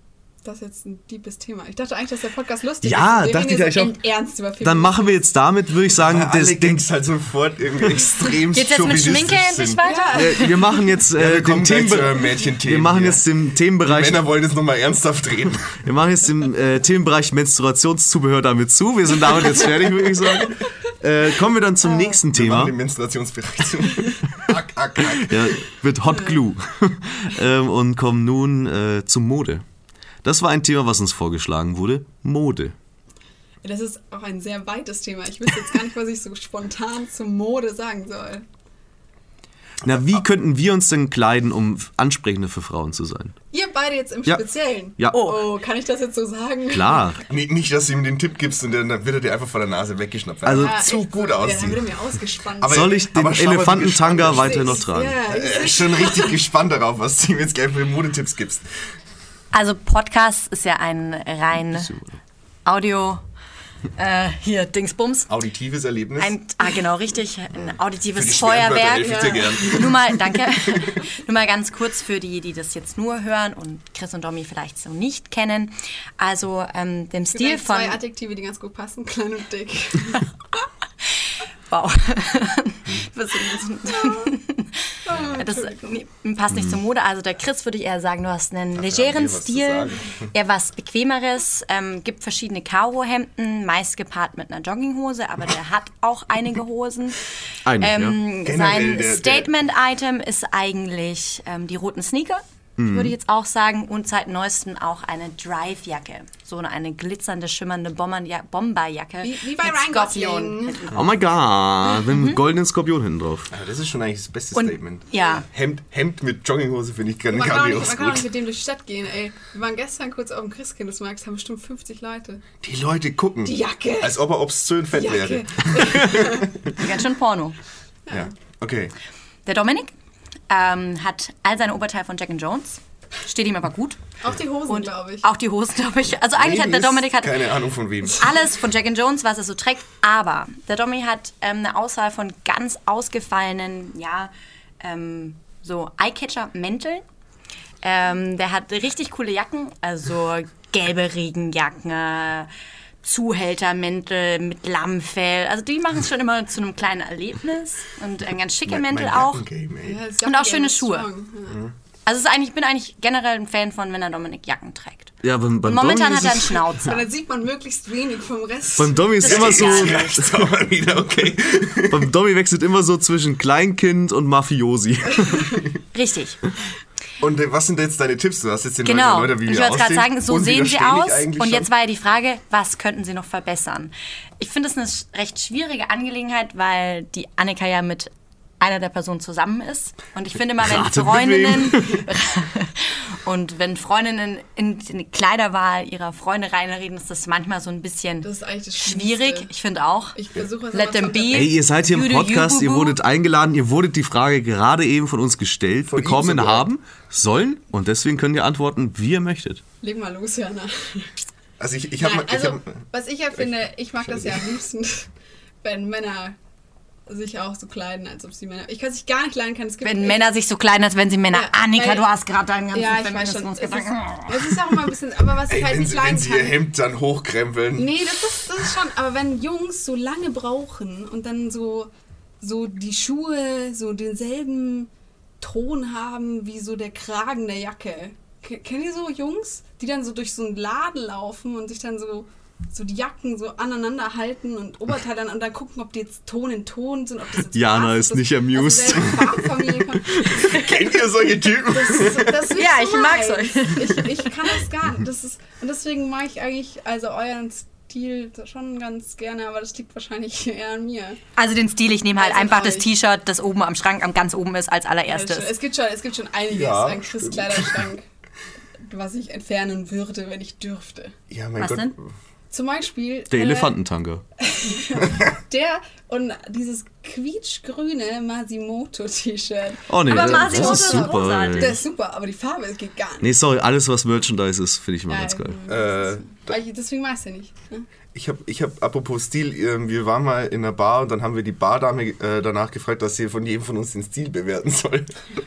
Das ist jetzt ein deepes Thema. Ich dachte eigentlich, dass der Podcast lustig ist. Ja, dachte ich eigentlich auch. Ernst über dann machen wir jetzt damit, würde ich sagen, das Ding ist halt sofort irgendwie extrem Geht's jetzt mit Schminke endlich weiter? Wir machen jetzt den Themenbereich. Die Männer wollen jetzt nochmal ernsthaft reden. Wir machen jetzt den Themenbereich Menstruationszubehör damit zu. Wir sind damit jetzt fertig, würde ich sagen. Kommen wir dann zum nächsten Thema. Wir machen den Menstruationsbereich zu. Ja, wird Hot Glue. Und kommen nun zur Mode. Das war ein Thema, was uns vorgeschlagen wurde. Mode. Das ist auch ein sehr weites Thema. Ich wüsste jetzt gar nicht, was ich so spontan zur Mode sagen soll. Na, wie könnten wir uns denn kleiden, um ansprechender für Frauen zu sein? Ihr beide jetzt im Speziellen? Ja. Oh, kann ich das jetzt so sagen? Klar. Nicht, dass du ihm den Tipp gibst und dann wird er dir einfach von der Nase weggeschnappt, weil er zu gut aussieht. Dann wird er mir ausgespannt. Aber soll ich den Elefantentanga weiter noch tragen? Ja, ich bin schon richtig gespannt darauf, was du ihm jetzt gleich für Modetipps gibst. Also Podcast ist ja ein rein Audio... hier, Dingsbums. Auditives Erlebnis. Genau, richtig. Ein auditives Feuerwerk. Nur mal ganz kurz für die das jetzt nur hören und Chris und Domi vielleicht so nicht kennen. Also dem Stil von... 2 Adjektive, die ganz gut passen. Klein und dick. Wow. Das passt nicht zur Mode. Also der Chris würde ich eher sagen, du hast einen legeren Stil, eher was Bequemeres, gibt verschiedene Karo-Hemden, meist gepaart mit einer Jogginghose, aber der hat auch einige Hosen. Sein Statement-Item ist eigentlich die roten Sneaker. Würde ich jetzt auch sagen. Und seit neuestem auch eine Drive-Jacke. So eine glitzernde, schimmernde Bomberjacke. Wie bei Ryan Gosling. Oh mein Gott, mit einem goldenen Skorpion hinten drauf. Aber das ist schon eigentlich das beste Statement. Ja. Hemd mit Jogginghose finde ich grandios gut. Man kann auch nicht mit dem durch die Stadt gehen, ey. Wir waren gestern kurz auf dem Christkindlesmarkt, haben bestimmt 50 Leute. Die Leute gucken. Die Jacke. Als ob er obszön fett wäre. Ganz schön Porno. Ja, okay. Der Dominik hat all seine Oberteile von Jack & Jones. Steht ihm aber gut. Auch die Hosen, glaube ich. Auch die Hosen, glaube ich. Also eigentlich hat der Dominik... keine Ahnung von wem. Alles von Jack & Jones, was er so trägt. Aber der Dominik hat eine Auswahl von ganz ausgefallenen, so Eyecatcher-Mänteln. Der hat richtig coole Jacken. Also gelbe Regenjacken, Zuhältermäntel mit Lammfell. Also die machen es schon immer zu einem kleinen Erlebnis. Und ein ganz schicke Mäntel auch. Und auch schöne Schuhe. Ja. Also ich bin eigentlich generell ein Fan von, wenn der Dominik Jacken trägt. Ja, und momentan hat er einen Schnauzer. Und dann sieht man möglichst wenig vom Rest. Beim Domi ist immer so... Okay. Beim Domi wechselt immer so zwischen Kleinkind und Mafiosi. Richtig. Und was sind jetzt deine Tipps? Du hast jetzt den Leuten, wie ich wollte gerade sagen, so sehen sie aus. Und jetzt war ja die Frage, was könnten sie noch verbessern? Ich finde es eine recht schwierige Angelegenheit, weil die Annika ja mit einer der Personen zusammen ist. Und ich finde mal, wenn Freundinnen in die Kleiderwahl ihrer Freunde reinreden, ist das manchmal so ein bisschen schwierig. Ich finde auch. Ich versuche es Let them be. Ey, ihr seid hier im Podcast, ihr wurdet eingeladen, ihr wurdet die Frage gerade eben von uns gestellt, bekommen haben, sollen. Und deswegen könnt ihr antworten, wie ihr möchtet. Leg mal los, Jana. Also was ich ja finde, ich mag das ja am liebsten, wenn Männer sich auch so kleiden, als ob sie Männer... Ich kann sich gar nicht leiden. Wenn Männer sich so kleiden, als wenn sie Männer... Ja, Annika, du hast gerade deinen ganzen Feminismus gesagt. Es ist auch immer ein bisschen... Aber was ich halt nicht leiden kann... Wenn sie ihr Hemd dann hochkrempeln. Nee, das ist schon... Aber wenn Jungs so lange brauchen und dann so die Schuhe so denselben Ton haben wie so der Kragen der Jacke. Kennt ihr so Jungs, die dann so durch so einen Laden laufen und sich dann so die Jacken so aneinander halten und Oberteile und dann gucken, ob die jetzt Ton in Ton sind. Ob das jetzt Jana ist nicht amused. Kennt ihr solche Typen? Das ja, ich mag's euch. Ich kann das gar nicht. Und deswegen mag ich eigentlich euren Stil schon ganz gerne, aber das liegt wahrscheinlich eher an mir. Also den Stil, ich nehme halt einfach das T-Shirt, das oben am Schrank ganz oben ist, als allererstes. Ja, es gibt schon einiges an Chris' Kleiderschrank, was ich entfernen würde, wenn ich dürfte. Ja, mein was Gott. Denn? Zum Beispiel... Der Elefantentanga. Der und dieses quietschgrüne Masimoto-T-Shirt. Oh nee, aber das ist super. Großartig. Der ist super, aber die Farbe geht gar nicht. Nee, sorry, alles was Merchandise ist, finde ich immer ganz geil. Deswegen mag ich es ja nicht. Ne? Ich hab apropos Stil, wir waren mal in einer Bar und dann haben wir die Bardame danach gefragt, dass sie von jedem von uns den Stil bewerten soll.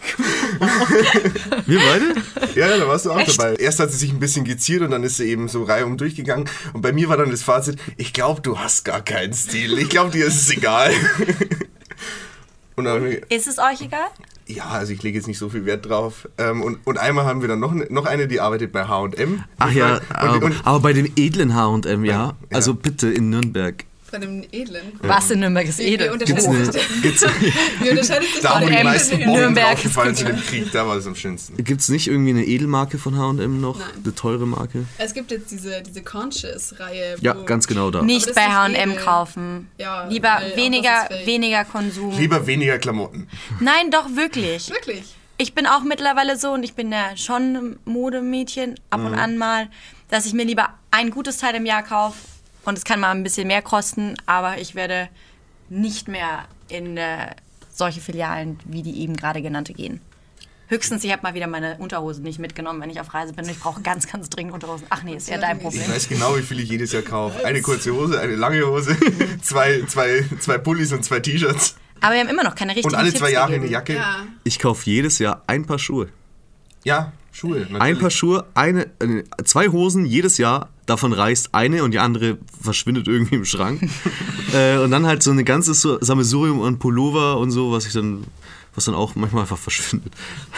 Wir beide? Ja, da warst du auch dabei. Erst hat sie sich ein bisschen geziert und dann ist sie eben so reihum durchgegangen. Und bei mir war dann das Fazit, ich glaube, du hast gar keinen Stil. Ich glaube, dir ist es egal. Und dann, ist es euch egal? ja, also ich lege jetzt nicht so viel Wert drauf. Und einmal haben wir dann noch eine, die arbeitet bei H&M. Ach ja, aber bei dem edlen H&M, ja. Also bitte in Nürnberg. Bei einem edlen. Was in Nürnberg ist edel? Wie unterscheidet sich da, wo die meisten in Bomben Nürnberg aufgefallen sind im Krieg, da war es am schönsten. Gibt es nicht irgendwie eine Edelmarke von H&M noch? Nein. Eine teure Marke? Es gibt jetzt diese Conscious-Reihe. Ja, ganz genau da. Nicht das bei ist H&M edel. kaufen. Ja, Lieber weil auch weniger, das ist fake. weniger Konsum. Lieber weniger Klamotten. Nein, doch wirklich. Wirklich? Ich bin auch mittlerweile so, und ich bin ja schon ein Modemädchen, ab und an mal, dass ich mir lieber ein gutes Teil im Jahr kaufe. Und es kann mal ein bisschen mehr kosten, aber ich werde nicht mehr in solche Filialen wie die eben gerade genannte gehen. Höchstens, ich habe mal wieder meine Unterhosen nicht mitgenommen, wenn ich auf Reise bin. Und ich brauche ganz, ganz dringend Unterhosen. Ach nee, ist ja dein Problem. Ich weiß genau, wie viel ich jedes Jahr kaufe. Eine kurze Hose, eine lange Hose, zwei Pullis und 2 T-Shirts. Aber wir haben immer noch keine richtigen Und alle Tipps 2 Jahre gegeben. eine Jacke. Ja. Ich kaufe jedes Jahr ein Paar Schuhe. Ja, Schuhe. Natürlich. Ein Paar Schuhe, 2 Hosen jedes Jahr, davon reißt eine und die andere verschwindet irgendwie im Schrank. Und dann halt so eine ganze Sammelsurium an Pullover und so, was dann auch manchmal einfach verschwindet.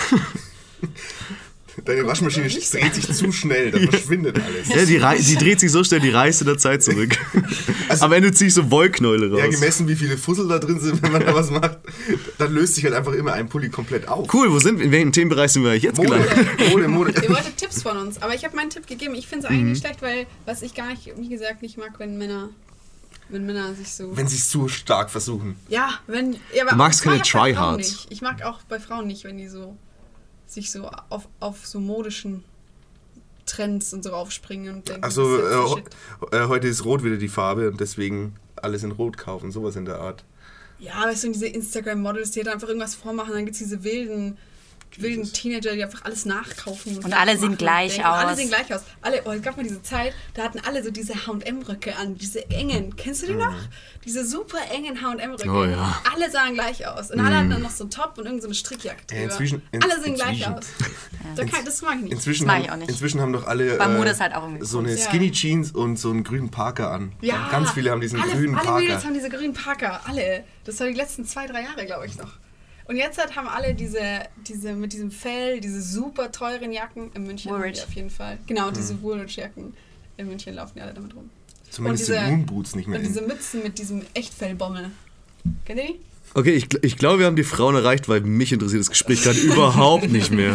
Deine Waschmaschine dreht sich zu schnell, da verschwindet alles. Ja, die dreht sich so schnell, die reißt in der Zeit zurück. Also, am Ende ziehe ich so Wollknäule raus. Ja, gemessen, wie viele Fussel da drin sind, wenn man da was macht, dann löst sich halt einfach immer ein Pulli komplett auf. Cool, in welchem Themenbereich sind wir jetzt gelandet? Mode. Ihr wolltet Tipps von uns, aber ich habe meinen Tipp gegeben. Ich finde es eigentlich nicht schlecht, weil was ich gar nicht, wie gesagt, nicht mag, wenn Männer sich so... Wenn sie es zu stark versuchen. Ja, wenn... Ja, Du magst keine ich mag auch bei Frauen Tryhards. nicht. Ich mag auch bei Frauen nicht, wenn die so sich so auf so modischen Trends und so aufspringen und denken, Achso, das ist jetzt Shit. heute ist Rot wieder die Farbe und deswegen alles in Rot kaufen, sowas in der Art. Ja, weißt du, diese Instagram-Models, die da einfach irgendwas vormachen, dann gibt es diese wilden Teenager, die einfach alles nachkaufen. Und alle sehen gleich denken, aus. Alle sehen gleich aus. Es gab mal diese Zeit, da hatten alle so diese H&M-Röcke an, diese engen. Kennst du die noch? Diese super engen H&M-Röcke. Oh ja. Alle sahen gleich aus. Und alle hatten dann noch so einen Top und irgendeine Strickjacke drüber. Alle sehen gleich aus. Das mag ich nicht. Inzwischen mag ich auch nicht. Inzwischen haben doch alle Bei Mode ist halt auch irgendwie so eine Ja. Skinny Jeans und so einen grünen Parker an. Ja, Ganz viele haben diesen grünen alle Parker. Mädels haben diese grünen Parker. Alle. Das war die letzten 2-3 Jahre, glaube ich, noch. Und jetzt haben alle diese mit diesem Fell, diese super teuren Jacken in München. Woolrich. Auf jeden Fall. Genau, diese Woolrich-Jacken in München laufen die alle damit rum. Zumindest Und die Moonboots nicht mehr Und in. diese Mützen mit diesem Echtfellbommel. Kennt ihr die? Okay, ich glaube, wir haben die Frauen erreicht, weil mich interessiert das Gespräch gerade überhaupt nicht mehr.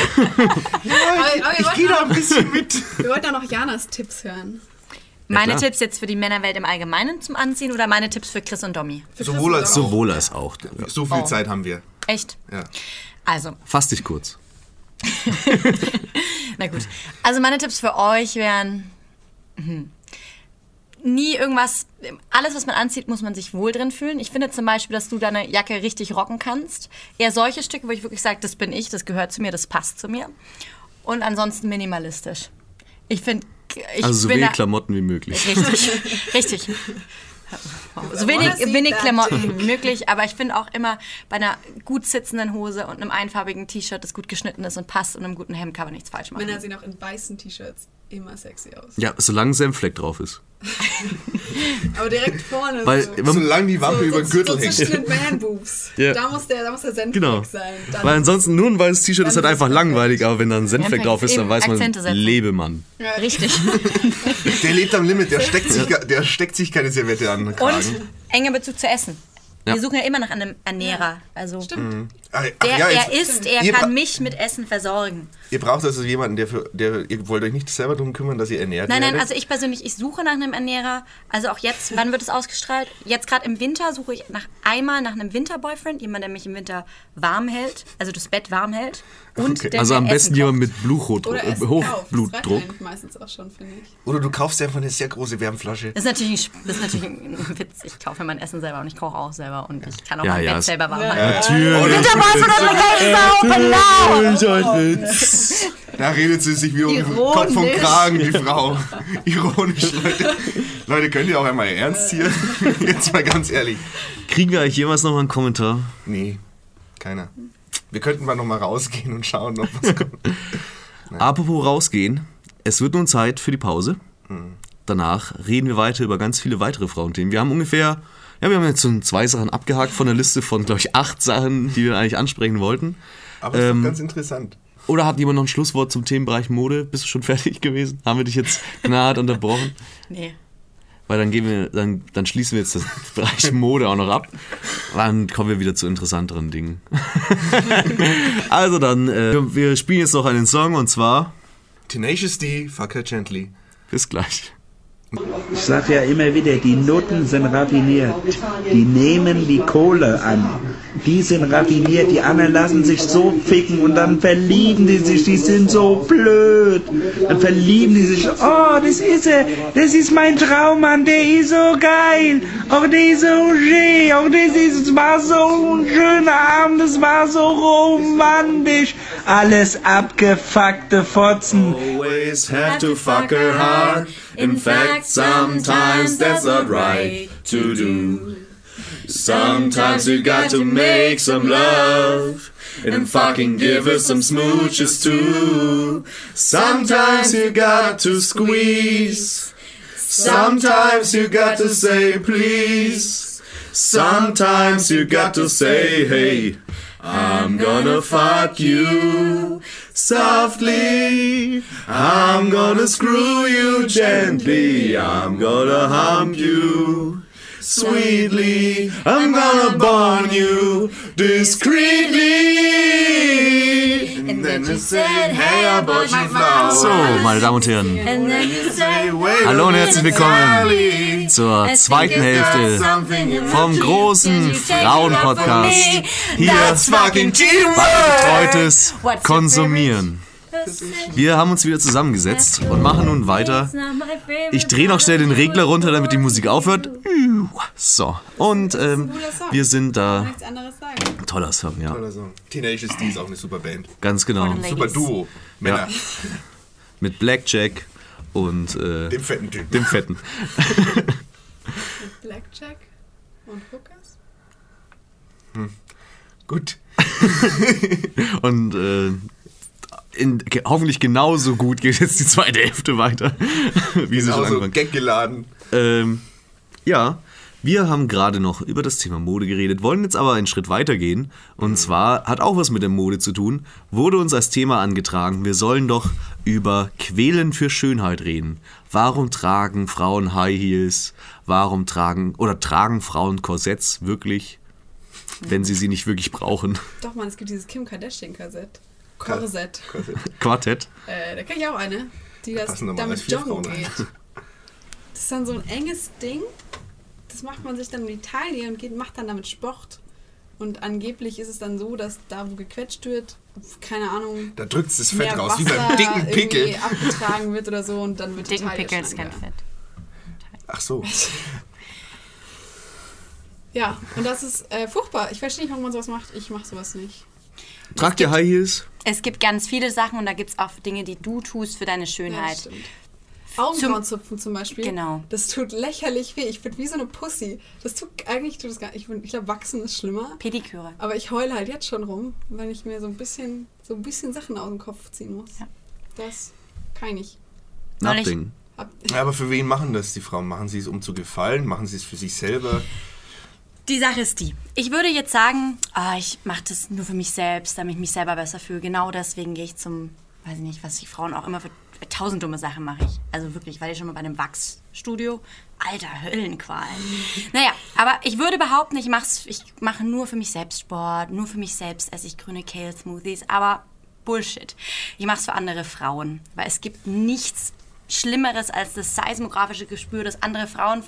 Aber Ich gehe da ein bisschen mit. wir wollten auch noch Janas Tipps hören. Meine klar. Tipps jetzt für die Männerwelt im Allgemeinen zum Anziehen oder meine Tipps für Chris und Domi? Sowohl als auch. Sowohl als auch. So viel Zeit haben wir. Echt? Ja. Also, Fass dich kurz. na gut. Also meine Tipps für euch wären nie irgendwas, alles was man anzieht, muss man sich wohl drin fühlen. Ich finde zum Beispiel, dass du deine Jacke richtig rocken kannst. Eher solche Stücke, wo ich wirklich sage, das bin ich, das gehört zu mir, das passt zu mir. Und ansonsten minimalistisch. Ich finde... Also so wenig Klamotten wie möglich. Richtig. So wenig Klamotten wie möglich, aber ich finde auch immer bei einer gut sitzenden Hose und einem einfarbigen T-Shirt, das gut geschnitten ist und passt und einem guten Hemd kann man nichts falsch machen. Männer sehen auch in weißen T-Shirts immer sexy aus. Ja, solange ein Senffleck drauf ist. Aber direkt vorne Weil so. Solange die Wampe über den Gürtel so hängt. zwischen den Man-Boobs. Ja. Da muss der Senfleck Genau. sein. Dann Weil ansonsten nur ein weißes T-Shirt ist halt dann einfach ist es langweilig, aber wenn da ein Senffleck drauf ist, dann Eben, weiß man, Akzente setzen. Lebemann. Ja. Richtig. Der lebt am Limit, der steckt sich keine Servette an den Und Kragen. enger Bezug zu Essen. Ja. Wir suchen ja immer nach einem Ernährer. Also Stimmt. er isst, er Ihr kann bra- mich mit Essen versorgen. Ihr braucht also jemanden, ihr wollt euch nicht selber darum kümmern, dass ihr ernährt Nein, werdet? also ich persönlich, ich suche nach einem Ernährer. Also auch jetzt, wann wird es ausgestrahlt? Jetzt gerade im Winter suche ich einmal nach einem Winterboyfriend, jemand, der mich im Winter warm hält, also das Bett warm hält. Und Okay. der Also mir am besten Essen jemand kocht. mit Bluthochdruck. Oder Essen Hochblutdruck. kauft. Das reicht eigentlich meistens auch schon, finde ich. Oder du kaufst einfach eine sehr große Wärmflasche. Das ist natürlich ein Witz. Ich kaufe mir mein Essen selber und ich koche auch selber. selber und ich kann auch mein Bett selber warm halten. Natürlich. Und hinter was für Open Now! Da redet sie sich wie um Kopf und Kragen, die Frau. Ironisch, Leute. Leute, könnt ihr auch einmal ernst hier? Jetzt mal ganz ehrlich. Kriegen wir eigentlich jemals noch mal einen Kommentar? Nee, keiner. Wir könnten mal noch mal rausgehen und schauen, ob was kommt. Apropos rausgehen, es wird nun Zeit für die Pause. Danach reden wir weiter über ganz viele weitere Frauenthemen. Wir haben wir haben jetzt so 2 Sachen abgehakt von der Liste von, glaube ich, 8 Sachen, die wir eigentlich ansprechen wollten. Aber das ist doch ganz interessant. Oder hat jemand noch ein Schlusswort zum Themenbereich Mode? Bist du schon fertig gewesen? Haben wir dich jetzt knallhart unterbrochen? Nee. Weil dann schließen wir jetzt das Bereich Mode auch noch ab. Dann kommen wir wieder zu interessanteren Dingen. Also dann, wir spielen jetzt noch einen Song und zwar Tenacious D, Fuck Her Gently. Bis gleich. Ich sag ja immer wieder, die Nutten sind raffiniert. Die nehmen die Kohle an. Die sind raffiniert, die anderen lassen sich so ficken und dann verlieben die sich, die sind so blöd. Dann verlieben die sich, oh, das ist er, das ist mein Traummann, der ist so geil. Oh, der ist so schön, oh, das war so ein schöner Abend, das war so romantisch. Alles abgefuckte Fotzen. Always have to fuck her hard. In fact, sometimes that's not right to do. Sometimes you got to make some love and fucking give her some smooches too. Sometimes you got to squeeze. Sometimes you got to say please. Sometimes you got to say hey, I'm gonna fuck you softly. I'm gonna screw you gently. I'm gonna hump you sweetly. I'm gonna burn you discreetly. And then you said, hey, I bought you flowers. So, meine Damen und Herren. Hallo und herzlich willkommen zur zweiten Hälfte vom großen Frauenpodcast. Hier bei Betreutes Konsumieren. Wir haben uns wieder zusammengesetzt und machen nun weiter. Ich drehe noch schnell den Regler runter, damit die Musik aufhört. So, und wir sind da. Toller Song, ja. Toller Song. Tenacious D ist auch eine super Band. Ganz genau. Super Duo. Männer. Ja. Mit Blackjack und dem fetten Typen. Dem fetten. Mit Blackjack und Hookers? Gut. Und hoffentlich genauso gut geht jetzt die zweite Hälfte weiter. Wie sie schon angefangen. Gaggeladen. Ja, wir haben gerade noch über das Thema Mode geredet, wollen jetzt aber einen Schritt weiter gehen. Und zwar hat auch was mit der Mode zu tun, wurde uns als Thema angetragen, wir sollen doch über Quälen für Schönheit reden. Warum tragen Frauen High Heels? Warum tragen Frauen Korsetts wirklich, wenn sie nicht wirklich brauchen? Doch, Mann, es gibt dieses Kim Kardashian-Korsett. Korsett. Quartett. Da kenne ich auch eine, die damit joggen geht. Das ist dann so ein enges Ding. Das macht man sich dann in die Taille und macht dann damit Sport. Und angeblich ist es dann so, dass da, wo gequetscht wird, keine Ahnung, da drückt es das Fett raus, wie beim dicken Pickel. Abgetragen wird oder so und dann wird die Taille Pickel ist kein Fett. Ach so. Ja, und das ist furchtbar. Ich verstehe nicht, warum man sowas macht. Ich mache sowas nicht. Tragt ihr High Heels? Es gibt ganz viele Sachen und da gibt es auch Dinge, die du tust für deine Schönheit. Ja, Augenbrauenzupfen zum Beispiel. Genau. Das tut lächerlich weh. Ich bin wie so eine Pussy. Tut gar nicht. Ich glaube, wachsen ist schlimmer. Pediküre. Aber ich heule halt jetzt schon rum, wenn ich mir so ein bisschen Sachen aus dem Kopf ziehen muss. Ja. Das kann ich nicht. Nothing. Ja, aber für wen machen das die Frauen? Machen sie es, um zu gefallen? Machen sie es für sich selber? Die Sache ist die. Ich würde jetzt sagen, ich mache das nur für mich selbst, damit ich mich selber besser fühle. Genau deswegen gehe ich zum, weiß ich nicht, was die Frauen auch immer für 1000 dumme Sachen mache ich. Also wirklich, war ich schon mal bei einem Wachsstudio? Alter, Höllenqualen. Naja, aber ich würde behaupten, ich mache nur für mich selbst Sport, nur für mich selbst esse ich grüne Kale-Smoothies, aber Bullshit. Ich mache es für andere Frauen, weil es gibt nichts Schlimmeres als das seismografische Gespür, das andere Frauen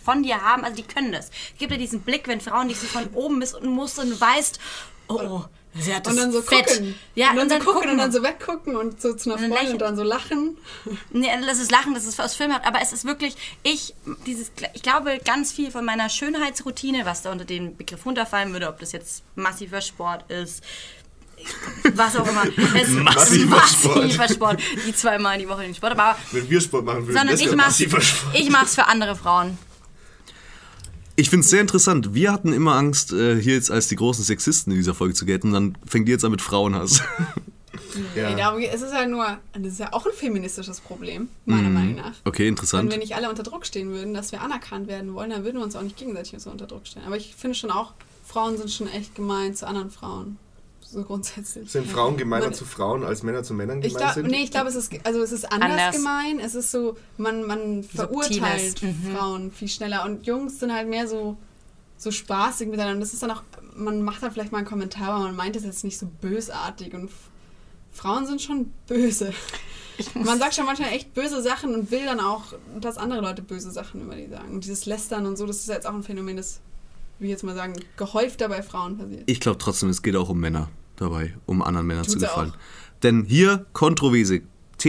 von dir haben, also die können das. Es gibt ja diesen Blick, wenn Frauen dich so von oben bis unten mustern und du weißt, oh, sie hat das und dann so Fett. Gucken. Ja, und dann so gucken und dann so weggucken und so zu einer Freundin und dann so lachen. Nee, das ist Lachen, das ist aus Film, aber es ist wirklich, ich glaube, ganz viel von meiner Schönheitsroutine, was da unter den Begriff runterfallen würde, ob das jetzt massiver Sport ist, was auch immer. Massiver Sport. Die 2-mal in die Woche den Sport. Aber wenn wir Sport machen würden, sondern das wäre massiver Sport. Ich mach's für andere Frauen. Ich finde es sehr interessant. Wir hatten immer Angst, hier jetzt als die großen Sexisten in dieser Folge zu gelten. Und dann fängt die jetzt an mit Frauenhass. Ja. Nee, es ist halt nur, das ist ja auch ein feministisches Problem, meiner Meinung nach. Okay, interessant. Und wenn nicht alle unter Druck stehen würden, dass wir anerkannt werden wollen, dann würden wir uns auch nicht gegenseitig so unter Druck stellen. Aber ich finde schon auch, Frauen sind schon echt gemein zu anderen Frauen. So grundsätzlich. Sind Frauen gemeiner zu Frauen, als Männer zu Männern gemein sind? Nee, ich glaube, es ist anders gemein. Es ist so, man verurteilt Frauen viel schneller. Und Jungs sind halt mehr so spaßig miteinander. Und das ist dann auch, man macht dann vielleicht mal einen Kommentar, aber man meint es jetzt nicht so bösartig. Und Frauen sind schon böse. Man sagt schon manchmal echt böse Sachen und will dann auch, dass andere Leute böse Sachen über die sagen. Und dieses Lästern und so, das ist jetzt auch ein Phänomen, das, wie ich jetzt mal sagen, gehäufter bei Frauen passiert. Ich glaube trotzdem, es geht auch um Männer dabei, um anderen Männern zu gefallen. Denn hier kontroverse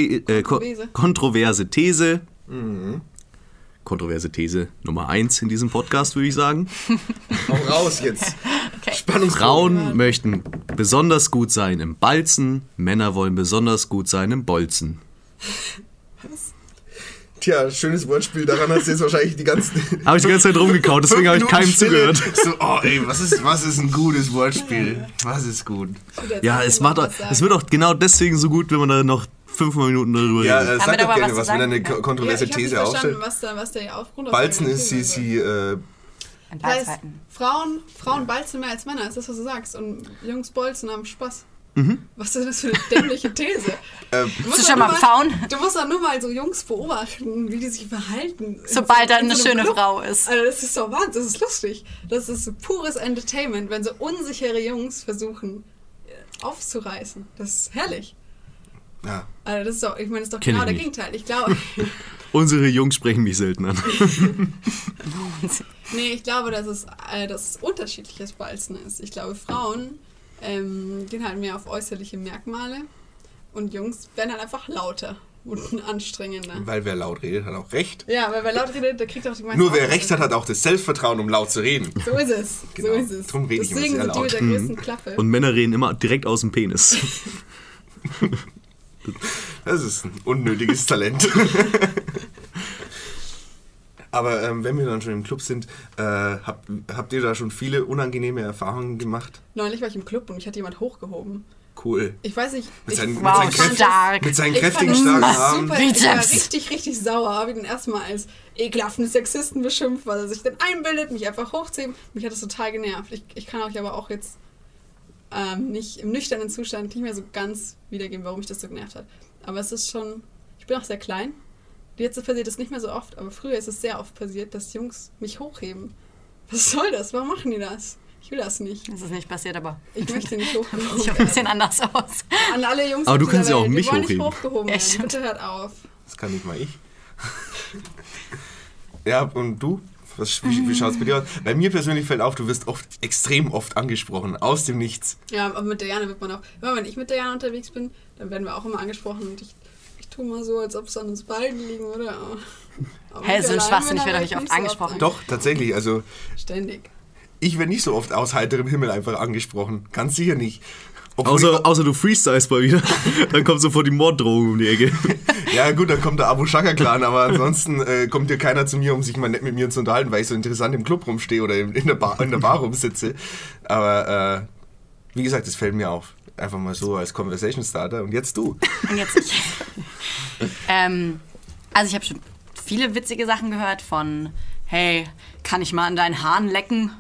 These. Kontroverse These Nummer 1 in diesem Podcast, würde ich sagen. Hau raus jetzt. Okay. Frauen möchten besonders gut sein im Balzen, Männer wollen besonders gut sein im Bolzen. Was? Tja, schönes Wortspiel, daran hast du jetzt wahrscheinlich die ganzen... Habe ich die ganze Zeit rumgekaut, deswegen habe ich keinem zugehört. So, was ist ein gutes Wortspiel? Was ist gut? Ja, es wird auch genau deswegen so gut, wenn man da noch 5 Minuten darüber redet. Ja, sag doch gerne, was wenn eine kontroverse These aufstellt. Was der Aufgrund Balzen ist sie das heißt, Frauen balzen mehr als Männer, ist das, was du sagst. Und Jungs bolzen haben Spaß. Was ist das für eine dämliche These? Bist du schon mal Pfauen? Du musst doch nur mal so Jungs beobachten, wie die sich verhalten. Sobald da eine schöne Frau ist. Also das ist so Wahnsinn, das ist lustig. Das ist so pures Entertainment, wenn so unsichere Jungs versuchen aufzureißen. Das ist herrlich. Ja. Also das ist doch, ich meine, das ist doch genau der Gegenteil. Ich glaube... Unsere Jungs sprechen mich selten an. Nee, ich glaube, dass es unterschiedliches Balzen ist. Ich glaube, Frauen gehen halt mehr auf äußerliche Merkmale und Jungs werden halt einfach lauter und anstrengender. Weil wer laut redet, hat auch Recht. Ja, weil wer laut redet, der kriegt auch die meisten... Nur wer Recht hat, hat auch das Selbstvertrauen, um laut zu reden. So ist es. Genau. So ist es. Drum rede ich immer sehr laut. Deswegen sind die mit der größten Klappe. Und Männer reden immer direkt aus dem Penis. Das ist ein unnötiges Talent. Aber wenn wir dann schon im Club sind, habt ihr da schon viele unangenehme Erfahrungen gemacht? Neulich war ich im Club und mich hat jemand hochgehoben. Cool. Ich weiß nicht... Mit seinen kräftigen, starken Armen. Ich war richtig, richtig sauer. Habe ich den erstmal als ekelhaften Sexisten beschimpft, weil er sich dann einbildet, mich einfach hochzuheben. Mich hat das total genervt. Ich kann euch aber auch jetzt nicht im nüchternen Zustand nicht mehr so ganz wiedergeben, warum mich das so genervt hat. Aber es ist schon... Ich bin auch sehr klein. Jetzt passiert das nicht mehr so oft, aber früher ist es sehr oft passiert, dass Jungs mich hochheben. Was soll das? Warum machen die das? Ich will das nicht. Das ist nicht passiert, aber... Ich möchte nicht hochgehoben werden. Ich auch ein bisschen anders aus. An alle Jungs, aber du kannst ja auch mich hochheben. Nicht hochgehoben werden. Bitte hört auf. Das kann nicht mal ich. Ja, und du? Wie schaut es bei dir aus? Bei mir persönlich fällt auf, du wirst extrem oft angesprochen, aus dem Nichts. Ja, aber mit der Jana wird man auch... Immer wenn ich mit der Jana unterwegs bin, dann werden wir auch immer angesprochen und ich tue mal so, als ob es an uns beiden liegen würde. Hey, so ein Schwachsinn, ich werde doch nicht oft angesprochen. Doch, tatsächlich, also... Ständig. Ich werde nicht so oft aus heiterem Himmel einfach angesprochen. Ganz sicher nicht. Außer du freestylst mal wieder. Dann kommt sofort die Morddrohung um die Ecke. Ja gut, dann kommt der Abu Shaka Clan, aber ansonsten kommt hier keiner zu mir, um sich mal nett mit mir zu unterhalten, weil ich so interessant im Club rumstehe oder in der Bar rumsitze. Aber wie gesagt, das fällt mir auf. Einfach mal so als Conversation Starter. Und jetzt du. Und jetzt ich. Also ich habe schon viele witzige Sachen gehört von, hey, kann ich mal an deinen Haaren lecken?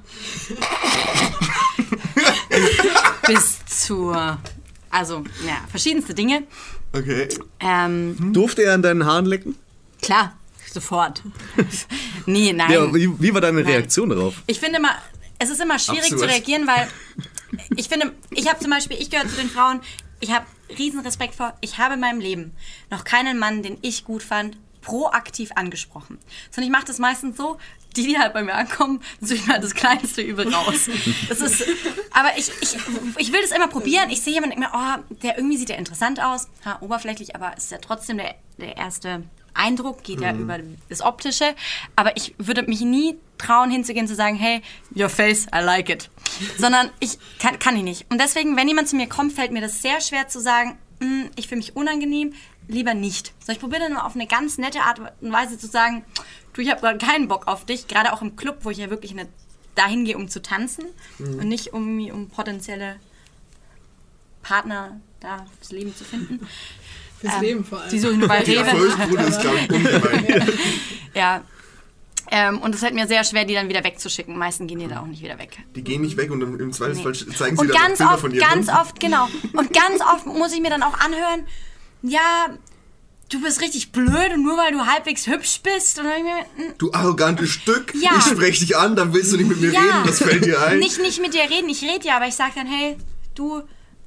Bis zu, also, ja, verschiedenste Dinge. Okay. Durfte er an deinen Haaren lecken? Klar, sofort. Nee, nein. Ja, wie war deine Reaktion darauf? Ich finde immer, es ist immer schwierig zu reagieren, weil ich finde, ich gehöre zu den Frauen, ich habe riesen Respekt vor, ich habe in meinem Leben noch keinen Mann, den ich gut fand, proaktiv angesprochen. Sondern ich mache das meistens so, die halt bei mir ankommen, suche ich mal das kleinste Übel raus. Das ist, aber ich will das immer probieren. Ich sehe jemanden und denke mir, der irgendwie sieht ja interessant aus, oberflächlich, aber ist ja trotzdem der erste Eindruck, geht ja über das Optische. Aber ich würde mich nie trauen, hinzugehen und zu sagen, hey, your face, I like it. Sondern ich kann ich nicht. Und deswegen, wenn jemand zu mir kommt, fällt mir das sehr schwer zu sagen, ich fühle mich unangenehm, lieber nicht. So, ich probiere dann auf eine ganz nette Art und Weise zu sagen, du, ich habe gerade keinen Bock auf dich, gerade auch im Club, wo ich ja wirklich nicht dahin gehe, um zu tanzen und nicht um potenzielle Partner da fürs Leben zu finden. Fürs Leben vor allem. Die suche ich nur bei Rewe. Erfolgsquote ist, glaube ich, ungemein. Ja. Und es fällt mir sehr schwer, die dann wieder wegzuschicken. Meistens gehen die da auch nicht wieder weg. Die gehen nicht weg und im Zweifelsfall zeigen sie und dann ganz Bilder oft, von dir. ganz oft, genau. Und ganz oft muss ich mir dann auch anhören, ja, du bist richtig blöd und nur weil du halbwegs hübsch bist. Und dann du arrogantes Stück, ja. Ich spreche dich an, dann willst du nicht mit mir reden, das fällt dir ein. Nicht mit dir reden, ich rede ja, aber ich sage dann, hey, du,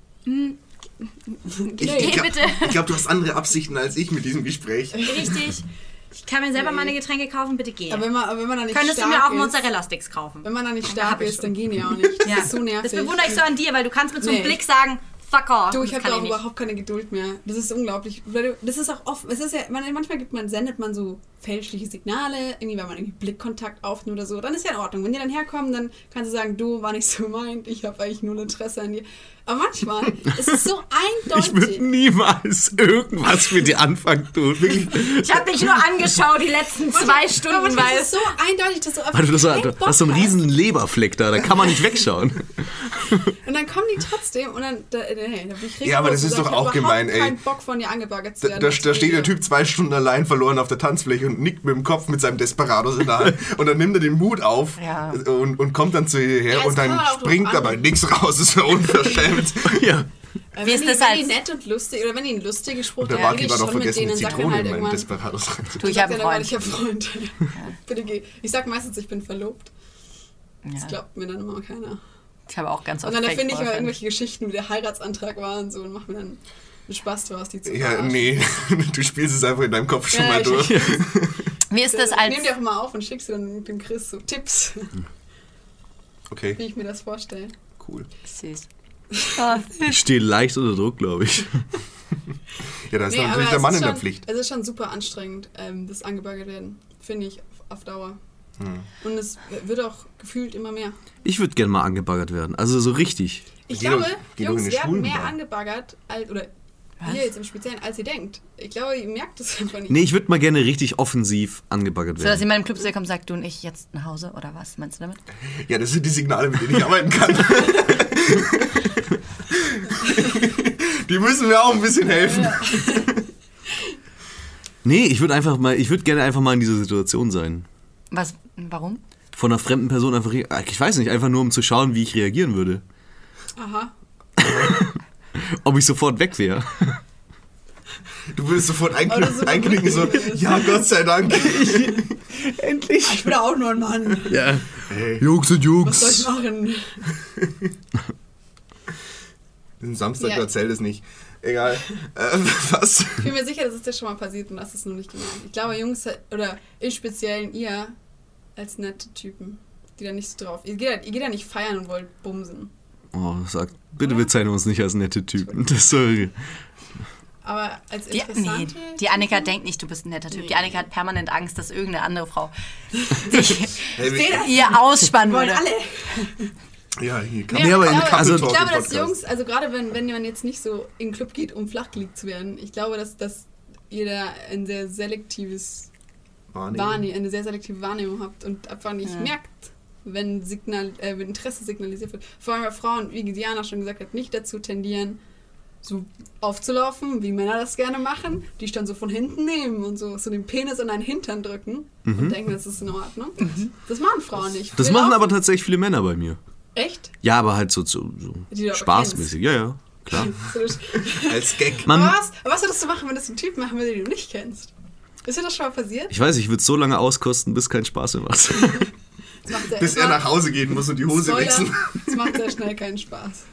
geh bitte. Ich glaube, du hast andere Absichten als ich mit diesem Gespräch. Richtig. Ich kann mir selber meine Getränke kaufen, bitte geh. Aber wenn man da nicht Könntest stark du mir auch ist, Mozzarella-Sticks kaufen? Wenn man da nicht stark ist, dann gehen die auch nicht. Das ist so nervig. Das bewundere ich so an dir, weil du kannst mit so einem Blick sagen, fuck off. Du, ich habe da auch überhaupt keine Geduld mehr. Das ist unglaublich. Das ist auch oft, es ist ja, manchmal sendet man so fälschliche Signale, irgendwie, wenn man irgendwie Blickkontakt aufnimmt oder so, dann ist ja in Ordnung. Wenn die dann herkommen, dann kannst du sagen, du, war nicht so gemeint, ich habe eigentlich nur ein Interesse an dir. Aber manchmal ist es so eindeutig. Ich würde niemals irgendwas mit dir anfangen tun. Ich habe dich nur angeschaut die letzten 2 Stunden. Weil es ist so eindeutig, dass du einfach du hast so einen riesen Leberfleck da kann man nicht wegschauen. Und dann kommen die trotzdem und dann ja, aber das ist doch auch gemein, ey. Ich habe keinen Bock von dir angebaggert zu werden. Da steht der Typ 2 Stunden allein verloren auf der Tanzfläche und nickt mit dem Kopf mit seinem Desperados in der Hand. Und dann nimmt er den Mut auf und kommt dann zu ihr her und dann springt dabei nichts raus. Das ist ja unverschämt. Ja. Wie ist das wenn die nett und lustig, oder wenn die einen lustigen Spruch der Barkeeper hat doch vergessen, die Zitrone in meinen Desperados reinzutun. Ich habe einen Freund. Bitte geh. Ich sag meistens, ich bin verlobt. Das glaubt mir dann immer keiner. Ich habe auch ganz oft. Und dann finde ich immer irgendwelche Geschichten, wie der Heiratsantrag war und so und mach mir dann einen Spaß draus, die zu verarschen. Ja, nee, du spielst es einfach in deinem Kopf schon mal durch. Wie ist das als... Ich nehme dir auch mal auf und schickst dir dann mit dem Chris so Tipps. Okay. Wie ich mir das vorstelle. Cool. Süß. Ich stehe leicht unter Druck, glaube ich. Ja, da ist natürlich der Mann in der Pflicht. Es ist schon super anstrengend, das angebaggert werden, finde ich, auf Dauer. Und es wird auch gefühlt immer mehr. Ich würde gerne mal angebaggert werden, also so richtig. Ich glaube, Jungs werden mehr angebaggert, oder hier jetzt im Speziellen, als ihr denkt. Ich glaube, ihr merkt das einfach nicht. Nee, ich würde mal gerne richtig offensiv angebaggert werden. So, dass jemand im Club zu dir kommt und sagt, du und ich jetzt nach Hause, oder was meinst du damit? Ja, das sind die Signale, mit denen ich arbeiten kann. Die müssen mir auch ein bisschen helfen. Ja. Nee, ich würde gerne einfach mal in dieser Situation sein. Was? Warum? Von einer fremden Person einfach, ich weiß nicht, einfach nur um zu schauen, wie ich reagieren würde. Aha. Ob ich sofort weg wäre. Du würdest sofort einknicken, so, ja, Gott sei Dank. Endlich. Ich bin auch nur ein Mann. Ja. Hey. Jungs und Jungs. Was soll ich machen? Den Samstag erzählt es nicht. Egal. Was? Ich bin mir sicher, das ist dir schon mal passiert und hast es nur nicht gemerkt. Ich glaube, Jungs, oder im Speziellen ihr, als nette Typen, die da nicht so drauf... Ihr geht ja nicht feiern und wollt bumsen. Oh, sagt, bitte bezeichnen uns nicht als nette Typen. Das soll... Aber als interessante... Die Annika denkt nicht, du bist ein netter Typ. Die Annika hat permanent Angst, dass irgendeine andere Frau ihr ausspannen würde. Alle. Ja, hier kann ich glaube, dass Jungs, also gerade wenn man jetzt nicht so in den Club geht, um flachgelegt zu werden, ich glaube, dass ihr da ein sehr selektives eine sehr selektive Wahrnehmung habt und einfach nicht merkt, wenn Interesse signalisiert wird. Vor allem bei Frauen, wie Diana schon gesagt hat, nicht dazu tendieren, so aufzulaufen, wie Männer das gerne machen, die dann so von hinten nehmen und so den Penis an einen Hintern drücken und denken, das ist in Ordnung. Das machen Frauen nicht. Das machen aber tatsächlich viele Männer bei mir. Echt? Ja, aber halt so spaßmäßig. Ja, klar. Als Gag. Aber was würdest du machen, wenn das ein Typ machen würde, den du nicht kennst? Ist dir das schon mal passiert? Ich weiß, ich würde es so lange auskosten, bis kein Spaß mehr macht. Bis er nach Hause gehen muss und die Hose wechseln. Das macht sehr schnell keinen Spaß.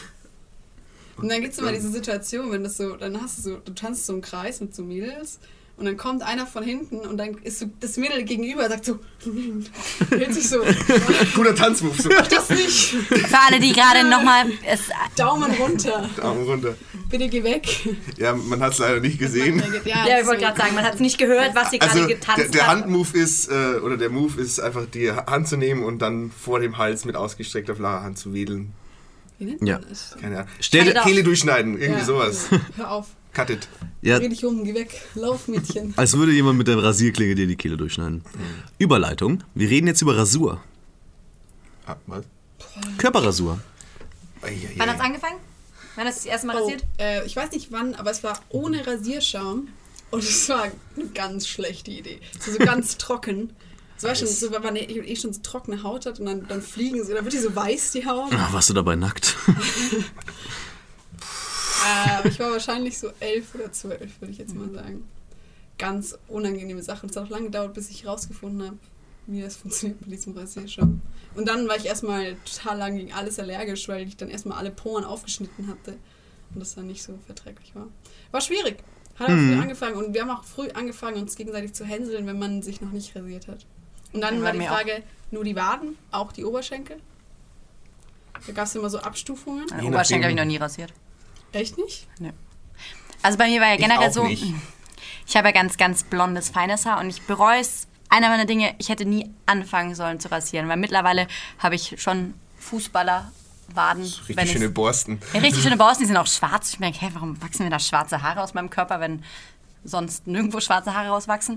Und dann gibt es immer diese Situation, wenn das so, dann hast du tanzt so im Kreis mit so Mädels Und dann kommt einer von hinten und dann ist so das Mädel gegenüber, sagt so, hält sich so. Guter Tanzmove. So. Mach das nicht. Für alle, die gerade nochmal... Daumen runter. Daumen runter. Bitte geh weg. Ja, man hat es leider nicht gesehen. Ja, ich wollte gerade sagen, man hat es nicht gehört, was sie gerade getanzt hat. Der Handmove ist, oder der Move ist einfach die Hand zu nehmen und dann vor dem Hals mit ausgestreckter flacher Hand zu wedeln. Wie nennt man das? Keine Ahnung. Kehle durchschneiden, irgendwie sowas. Hör auf. Cut it. Ja. Dreh dich um, geh weg. Lauf, Mädchen. Als würde jemand mit der Rasierklinge dir die Kehle durchschneiden. Überleitung. Wir reden jetzt über Rasur. Was? Körperrasur. Wann hat's angefangen? Wann hast du das erste Mal rasiert? Ich weiß nicht wann, aber es war ohne Rasierschaum und es war eine ganz schlechte Idee. So ganz trocken. Es war schon so, wenn man schon so trockene Haut hat und dann fliegen sie, dann wird die so weiß, die Haut. Ach, warst du dabei nackt? Ich war wahrscheinlich so 11 oder 12, würde ich jetzt mal sagen. Ganz unangenehme Sache. Es hat auch lange gedauert, bis ich rausgefunden habe, wie das funktioniert mit diesem Rasierschaum. Und dann war ich erstmal total lang gegen alles allergisch, weil ich dann erstmal alle Poren aufgeschnitten hatte und das dann nicht so verträglich war. War schwierig. Hat auch früh angefangen und wir haben auch früh angefangen, uns gegenseitig zu hänseln, wenn man sich noch nicht rasiert hat. Und dann war die Frage, nur die Waden, auch die Oberschenkel? Da gab es immer so Abstufungen. Meine Oberschenkel habe ich noch nie rasiert. Echt nicht? Nee. Also bei mir war ja generell so, nicht. ich habe ja ganz, ganz blondes, feines Haar und ich bereue es. Einer meiner Dinge, ich hätte nie anfangen sollen zu rasieren, weil mittlerweile habe ich schon Fußballerwaden. Richtig schöne Borsten. Ja, richtig schöne Borsten, die sind auch schwarz. Ich merke, hey, warum wachsen mir da schwarze Haare aus meinem Körper, wenn sonst nirgendwo schwarze Haare rauswachsen?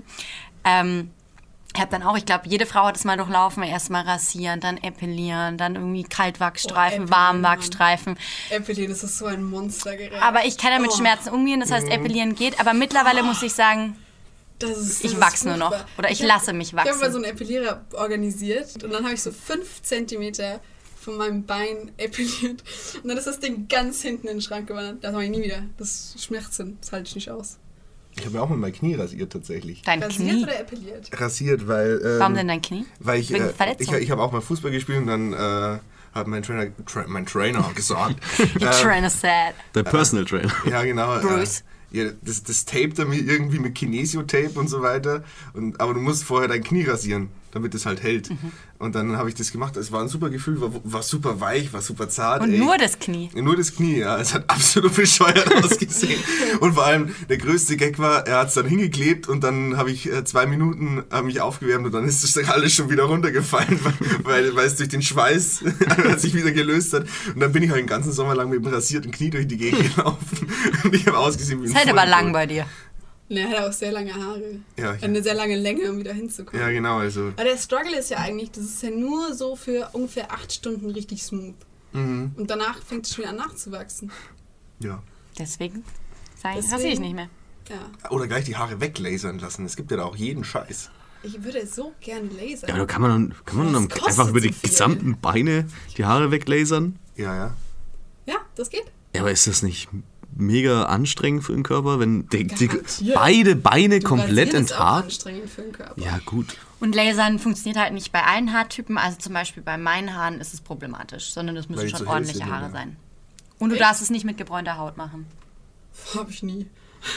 Ich habe dann auch, ich glaube, jede Frau hat es mal durchlaufen, erstmal rasieren, dann epilieren, dann irgendwie Kaltwachsstreifen, Warmwachsstreifen. Epilieren, das ist so ein Monstergerät. Aber ich kann ja mit Schmerzen umgehen, das heißt, epilieren geht. Aber mittlerweile muss ich sagen, ich wachse nur noch. Oder ich lasse mich wachsen. Ich habe mal so einen Epilierer organisiert und dann habe ich so 5 Zentimeter von meinem Bein epiliert. Und dann ist das Ding ganz hinten in den Schrank gewandert. Das mache ich nie wieder. Das Schmerzen, das halte ich nicht aus. Ich habe ja auch mal mein Knie rasiert tatsächlich. Dein Rasiert Knie? oder epiliert? Rasiert, weil... Warum denn dein Knie? Weil ich habe auch mal Fußball gespielt und dann hat mein Trainer gesagt... Your trainer said. Der Personal Trainer. Ja, genau. Bruce. Ja, das tapet er mir irgendwie mit Kinesiotape und so weiter. Aber du musst vorher dein Knie rasieren, damit es halt hält. Und dann habe ich das gemacht. Es war ein super Gefühl, war super weich, war super zart. Und nur das Knie? Nur das Knie, ja. Es hat absolut bescheuert ausgesehen. Und vor allem, der größte Gag war, er hat es dann hingeklebt und dann habe ich 2 Minuten mich aufgewärmt und dann ist das dann alles schon wieder runtergefallen, weil es durch den Schweiß sich wieder gelöst hat. Und dann bin ich halt den ganzen Sommer lang mit dem rasierten Knie durch die Gegend gelaufen. Und ich habe ausgesehen wie ein Das hält aber lang bei dir. Ne, er hat auch sehr lange Haare. Ja, eine sehr lange Länge, um wieder hinzukommen. Ja, genau. Also. Aber der Struggle ist ja eigentlich, das ist ja nur so für ungefähr 8 Stunden richtig smooth. Und danach fängt es schon wieder an nachzuwachsen. Ja. Deswegen rasiere ich nicht mehr. Ja. Oder gleich die Haare weglasern lassen. Es gibt ja da auch jeden Scheiß. Ich würde so gerne lasern. Ja, aber kann man dann einfach über die gesamten Beine die Haare weglasern? Ja. Ja, das geht. Ja, aber ist das nicht mega anstrengend für den Körper, wenn beide Beine komplett enthaart? Das ist auch anstrengend für den Körper. Ja, gut. Und Lasern funktioniert halt nicht bei allen Haartypen. Also zum Beispiel bei meinen Haaren ist es problematisch, sondern es müssen schon ordentliche Haare sein. Und du darfst es nicht mit gebräunter Haut machen. Hab ich nie.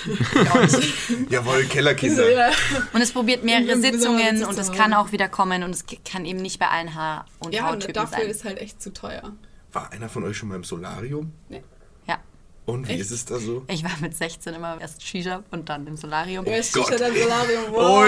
Jawohl, Kellerkinder. Und es probiert mehrere Sitzungen und es kann auch wieder kommen und es kann eben nicht bei allen Haar- und Hauttypen sein. Ja, und dafür ist halt echt zu teuer. War einer von euch schon mal im Solarium? Nee. Ja. Und wie ist es da so? Ich war mit 16 immer erst Shisha und dann im Solarium. Erst Shisha, dann Solarium. Wow.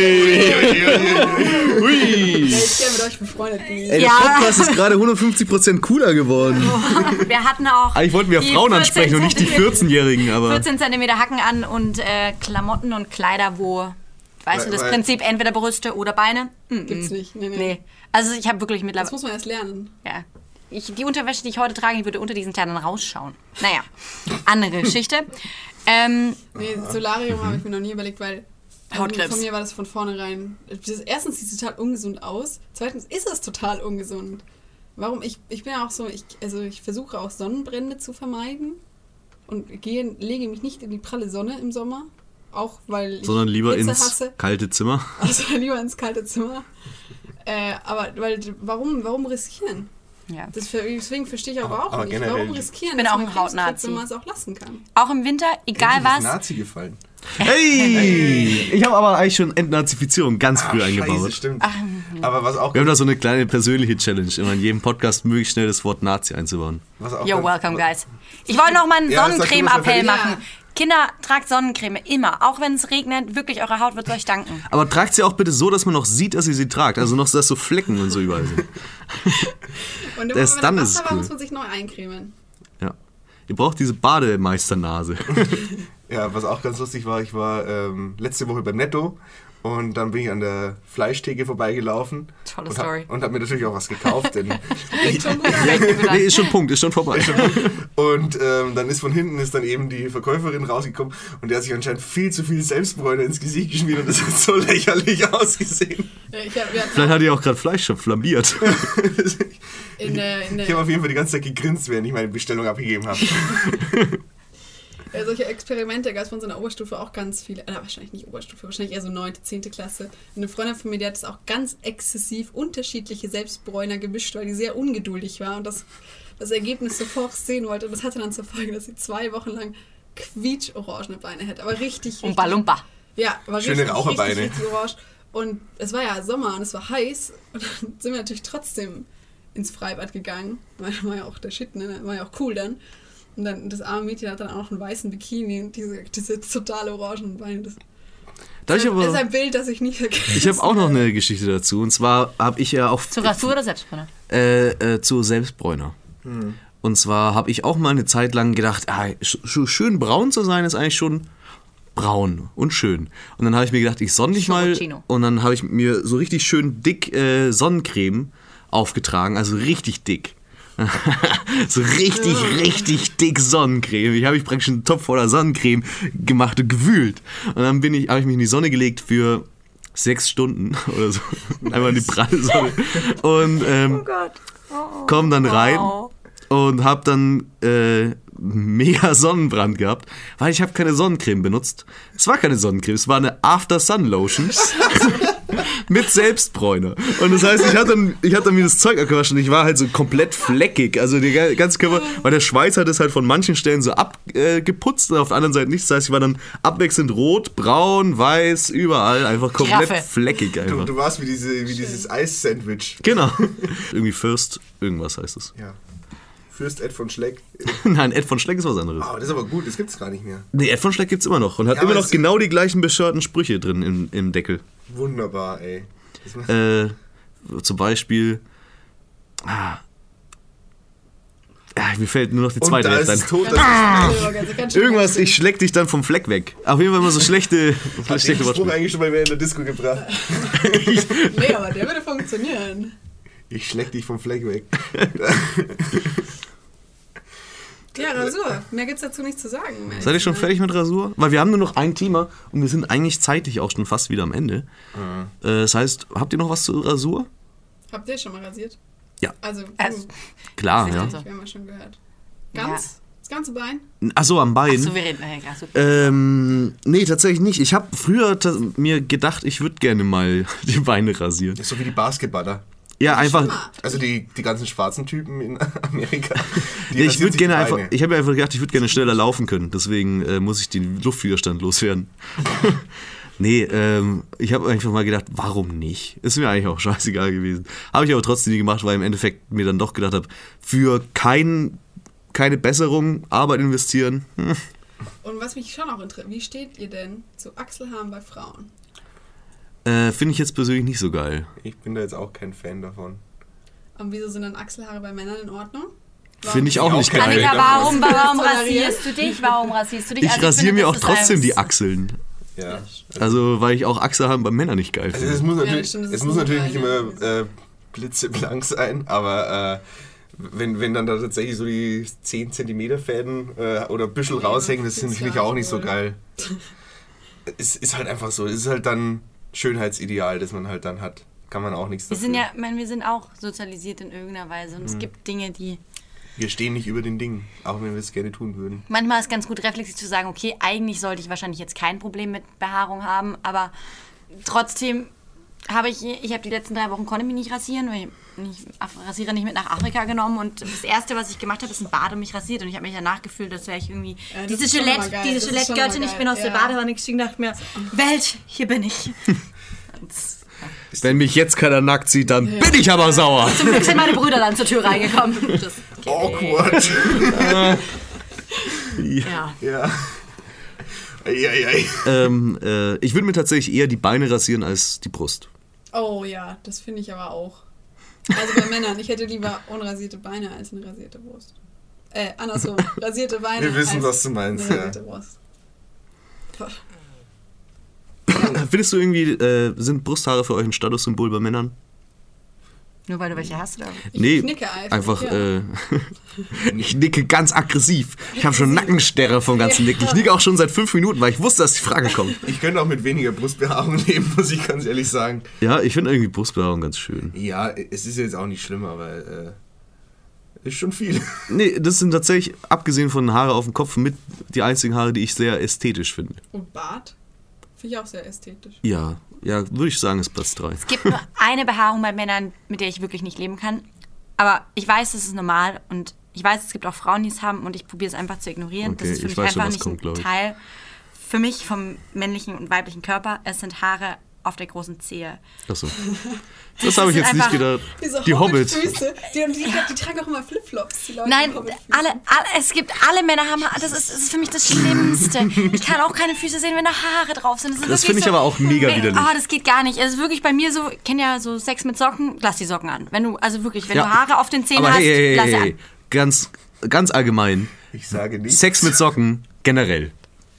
Ui. Ich wäre mit euch befreundet gewesen. Ey, der Podcast ist gerade 150% cooler geworden. Wir hatten auch. Eigentlich wollten wir Frauen ansprechen und nicht die 14-Jährigen, aber. 14 cm Hacken an und Klamotten und Kleider, wo. Weißt du, das Prinzip entweder Brüste oder Beine? Gibt's nicht. Nee. Also ich habe wirklich mittlerweile. Das muss man erst lernen. Ja. Die Unterwäsche, die ich heute trage, die würde unter diesen Kleidern rausschauen. Naja, andere Geschichte. Nee, Solarium habe ich mir noch nie überlegt, weil Hautkrebs. Von mir war das von vornherein. Erstens sieht es total ungesund aus. Zweitens ist es total ungesund. Warum? Ich bin ja auch so, ich versuche auch Sonnenbrände zu vermeiden und lege mich nicht in die pralle Sonne im Sommer. Auch weil ich sondern lieber Hitze ins hasse. kalte Zimmer. Also lieber ins kalte Zimmer. Aber warum riskieren? Ja. Deswegen verstehe ich aber auch nicht, generell, warum riskieren, ich bin auch ein Hautnazi, wenn man es auch lassen kann. Auch im Winter, egal was. Nazi gefallen. Hey! Ich habe aber eigentlich schon Entnazifizierung ganz früh eingebaut. Scheiße, stimmt. Aber was auch... Wir haben da so eine kleine persönliche Challenge, immer in jedem Podcast möglichst schnell das Wort Nazi einzubauen. Yo, welcome, guys. Ich wollte noch mal einen Sonnencreme-Appell machen. Kinder, tragt Sonnencreme, immer. Auch wenn es regnet, wirklich, eure Haut wird euch danken. Aber tragt sie auch bitte so, dass man noch sieht, dass ihr sie tragt. Also noch, dass so Flecken und so überall sind. Und immer, wenn man Wasser war, muss man sich neu eincremen. Ja. Ihr braucht diese Bademeisternase. Ja, was auch ganz lustig war, ich war letzte Woche beim Netto und dann bin ich an der Fleischtheke vorbeigelaufen. Tolle Story. Und hab mir natürlich auch was gekauft. Denn Nee, ist schon Punkt, ist schon vorbei. Und dann ist von hinten dann eben die Verkäuferin rausgekommen und der hat sich anscheinend viel zu viel Selbstbräuner ins Gesicht geschmiert und das hat so lächerlich ausgesehen. Vielleicht hat die auch gerade Fleisch schon flambiert. Ich habe auf jeden Fall die ganze Zeit gegrinst, während ich meine Bestellung abgegeben habe. Solche Experimente gab es von so einer Oberstufe auch ganz viele. Wahrscheinlich nicht Oberstufe, wahrscheinlich eher so 9., 10. Klasse. Und eine Freundin von mir, die hat das auch ganz exzessiv unterschiedliche Selbstbräuner gemischt, weil die sehr ungeduldig war und das Ergebnis sofort sehen wollte. Und das hatte dann zur Folge, dass sie 2 Wochen lang quietsch-orangene Beine hätte. Aber richtig. Umpa-Lumpa. Ja, aber schöne Raucherbeine. Richtig orange. Und es war ja Sommer und es war heiß. Und dann sind wir natürlich trotzdem ins Freibad gegangen. Weil das war ja auch der Shit, ne? Das war ja auch cool dann. Und dann das arme Mädchen hat dann auch noch einen weißen Bikini und diese total orangen Beine. Das ist ein Bild, das ich nie vergesse. Ich habe auch noch eine Geschichte dazu. Und zwar habe ich ja auch... Zu Rasur oder Selbstbräuner? Zu Selbstbräuner. Und zwar habe ich auch mal eine Zeit lang gedacht, schön braun zu sein ist eigentlich schon braun und schön. Und dann habe ich mir gedacht, ich sonne dich mal. Und dann habe ich mir so richtig schön dick Sonnencreme aufgetragen, also richtig dick. So richtig dick Sonnencreme. Ich habe praktisch einen Topf voller Sonnencreme gemacht und gewühlt. Und dann habe ich mich in die Sonne gelegt für 6 Stunden oder so. Einmal in die pralle Sonne. Und komm dann rein und habe dann mega Sonnenbrand gehabt, weil ich habe keine Sonnencreme benutzt. Es war keine Sonnencreme, es war eine After-Sun-Lotion mit Selbstbräuner. Und das heißt, ich hab dann mir das Zeug abgewaschen und ich war halt so komplett fleckig. Also der ganze Körper, weil der Schweiß hat es halt von manchen Stellen so abgeputzt und auf der anderen Seite nicht. Das heißt, ich war dann abwechselnd rot, braun, weiß, überall einfach komplett fleckig. Einfach. Du warst wie dieses Eis-Sandwich. Genau. Irgendwie Fürst, irgendwas heißt es. Ja. Fürst Ed von Schleck. Nein, Ed von Schleck ist was anderes. Oh, das ist aber gut, das gibt's gar nicht mehr. Nee, Ed von Schleck gibt's immer noch und hat immer noch genau die gleichen bescheuerten Sprüche drin im Deckel. Wunderbar, ey. Zum Beispiel... mir fällt nur noch die zweite Hälfte ein. Irgendwas, ich schleck dich dann vom Fleck weg. Auf jeden Fall immer so schlechte Worte. Hast du den Spruch eigentlich schon mal mehr in der Disco gebracht? Nee, aber der würde funktionieren. Ich schleck dich vom Fleck weg. Ja, Rasur. Mehr gibt's dazu nicht zu sagen. Seid ihr schon fertig mit Rasur? Weil wir haben nur noch ein Thema und wir sind eigentlich zeitlich auch schon fast wieder am Ende. Das heißt, habt ihr noch was zur Rasur? Habt ihr schon mal rasiert? Ja. Also klar, ja. Wir haben ja schon gehört. Das ganze Bein? Achso, am Bein. Achso, wir reden nee, tatsächlich nicht. Ich habe früher mir gedacht, ich würde gerne mal die Beine rasieren. Das ist so wie die Basketballer. Ja, einfach. Also die ganzen schwarzen Typen in Amerika. Ich würde gerne einfach. Ich habe mir einfach gedacht, ich würde gerne schneller laufen können. Deswegen muss ich den Luftwiderstand loswerden. Nee, ich habe einfach mal gedacht, warum nicht? Ist mir eigentlich auch scheißegal gewesen. Habe ich aber trotzdem nie gemacht, weil im Endeffekt mir dann doch gedacht habe, für keine Besserung, Arbeit investieren. Und was mich schon auch interessiert, wie steht ihr denn zu Achselhaaren bei Frauen? Finde ich jetzt persönlich nicht so geil. Ich bin da jetzt auch kein Fan davon. Und wieso sind dann Achselhaare bei Männern in Ordnung? Finde ich auch nicht geil. Annika, warum rasierst du dich? Warum rasierst du dich? Ich rasiere mir auch trotzdem die Achseln. Ja. Also, weil ich auch Achselhaaren bei Männern nicht geil finde. Also es muss natürlich nicht immer blitzeblank sein, aber wenn dann da tatsächlich so die 10 cm Fäden oder Büschel raushängen, das finde ich auch nicht so geil. Es ist halt einfach so, es ist halt dann Schönheitsideal, das man halt dann hat. Kann man auch nichts dafür. Wir sind auch sozialisiert in irgendeiner Weise und es gibt Dinge, die... Wir stehen nicht über den Dingen, auch wenn wir es gerne tun würden. Manchmal ist es ganz gut reflexiv zu sagen, okay, eigentlich sollte ich wahrscheinlich jetzt kein Problem mit Behaarung haben, aber trotzdem habe ich habe die letzten 3 Wochen konnte mich nicht rasieren, weil ich Rasierer nicht mit nach Afrika genommen und das Erste, was ich gemacht habe, ist ein Bad und mich rasiert und ich habe mich danach gefühlt, als wäre ich irgendwie diese Gillette-Göttin, ich bin aus der Badewanne gestiegen und dachte mir, Welt, hier bin ich. Wenn mich jetzt keiner nackt sieht, dann bin ich aber sauer. Zum Glück sind meine Brüder dann zur Tür reingekommen. Awkward. Ja. Ich würde mir tatsächlich eher die Beine rasieren als die Brust. Oh ja, das finde ich aber auch. Also bei Männern, ich hätte lieber unrasierte Beine als eine rasierte Brust. Andersrum, rasierte Beine Wir wissen, als was du meinst, eine rasierte Brust. Findest du irgendwie, sind Brusthaare für euch ein Statussymbol bei Männern? Nur weil du welche hast, oder? Nee, knicke einfach ich nicke ganz aggressiv. Ich habe schon Nackenstarre vom ganzen Nicken. Ich nicke auch schon seit 5 Minuten, weil ich wusste, dass die Frage kommt. Ich könnte auch mit weniger Brustbehaarung leben, muss ich ganz ehrlich sagen. Ja, ich finde irgendwie Brustbehaarung ganz schön. Ja, es ist jetzt auch nicht schlimm, aber ist schon viel. Nee, das sind tatsächlich, abgesehen von Haare auf dem Kopf, mit die einzigen Haare, die ich sehr ästhetisch finde. Und Bart? Finde ich auch sehr ästhetisch. Ja, würde ich sagen, ist Platz 3. Es gibt nur eine Behaarung bei Männern, mit der ich wirklich nicht leben kann. Aber ich weiß, das ist normal und ich weiß, es gibt auch Frauen, die es haben und ich probiere es einfach zu ignorieren. Okay, das ist für mich einfach nicht ein Teil für mich vom männlichen und weiblichen Körper. Es sind Haare auf der großen Zehe. Achso. Das habe ich jetzt nicht gedacht. Die Hobbit-Füße. Die tragen auch immer Flipflops. Die Leute. Nein, es gibt alle Männer haben Haare. Das ist für mich das Schlimmste. Ich kann auch keine Füße sehen, wenn da Haare drauf sind. Das finde ich aber auch mega widerlich. Das geht gar nicht. Es ist wirklich bei mir so, ich kenne ja so Sex mit Socken, lass die Socken an. Wenn du Haare auf den Zähnen hast, lass sie an. Ganz allgemein. Ich sage nicht. Sex mit Socken generell.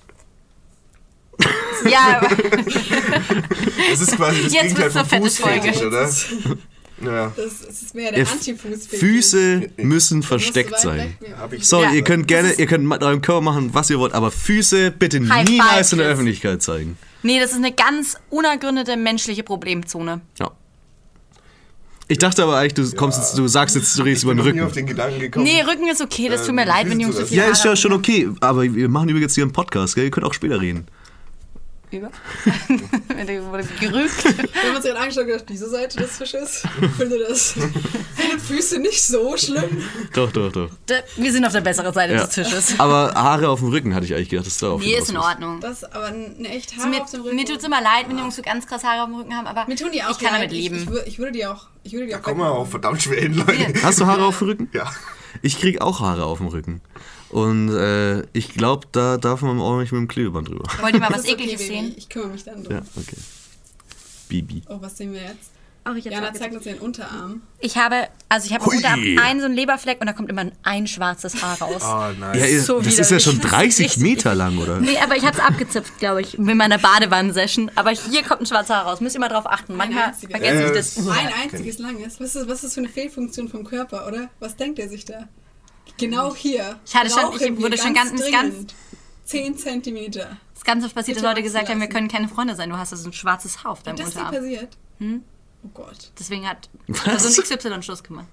Ja, das ist quasi das Gegenteil von Fußfetisch, oder? Ja. Das ist mehr der Anti-Fußfetisch. Füße müssen versteckt sein. So, ihr könnt mit eurem Körper machen, was ihr wollt, aber Füße bitte niemals in der Öffentlichkeit zeigen. Nee, das ist eine ganz unergründete menschliche Problemzone. Ja. Ich dachte aber eigentlich, du sagst jetzt, du redest über den Rücken. Ich bin auf den Gedanken gekommen. Nee, Rücken ist okay, das tut mir leid, wenn Jungs so viel Ja, ist ja schon okay, aber wir machen übrigens hier einen Podcast, gell? Ihr könnt auch später reden. Über? Wurde gerügt. Wir haben uns gerade angeschaut und gedacht, diese Seite des Fisches, finde Füße nicht so schlimm. Doch. Wir sind auf der besseren Seite des Fisches. Aber Haare auf dem Rücken hatte ich eigentlich gedacht, das ist da auch. Nee, ist in Ordnung. Das aber eine echt Haare auf dem Rücken. Mir tut es immer leid, wenn Jungs so ganz krass Haare auf dem Rücken haben, aber mir tun die auch ich kann damit leben. Ich würde die auch da kommen wir auch verdammt schwer hin, Leute. Hast du Haare auf dem Rücken? Ja. Ich krieg auch Haare auf dem Rücken. Und ich glaube, da darf man auch nicht mit dem Klebeband drüber. Wollt ihr mal was Ekliges sehen? Ich kümmere mich dann drum. Ja, okay. Bibi. Oh, was sehen wir jetzt? Jana zeigt uns den Unterarm. Ich habe am Unterarm einen so einen Leberfleck und da kommt immer ein schwarzes Haar raus. Oh nein. Ja, das ist ja schon 30 Meter lang, oder? Nee, aber ich habe es abgezipft, glaube ich, mit meiner Badewannen-Session. Aber hier kommt ein schwarzes Haar raus. Müsst ihr mal drauf achten. Manchmal vergesse ich das. Ein einziges langes. Was ist das für eine Fehlfunktion vom Körper, oder? Was denkt er sich da? Genau hier. Ich wurde schon ganz 10 Zentimeter. Das ganz oft passiert, dass Leute gesagt haben, wir können keine Freunde sein. Du hast also ein schwarzes Haar auf deinem Unterarm. Das ist dir passiert? Oh Gott. Deswegen hat so ein XY-Schluss gemacht.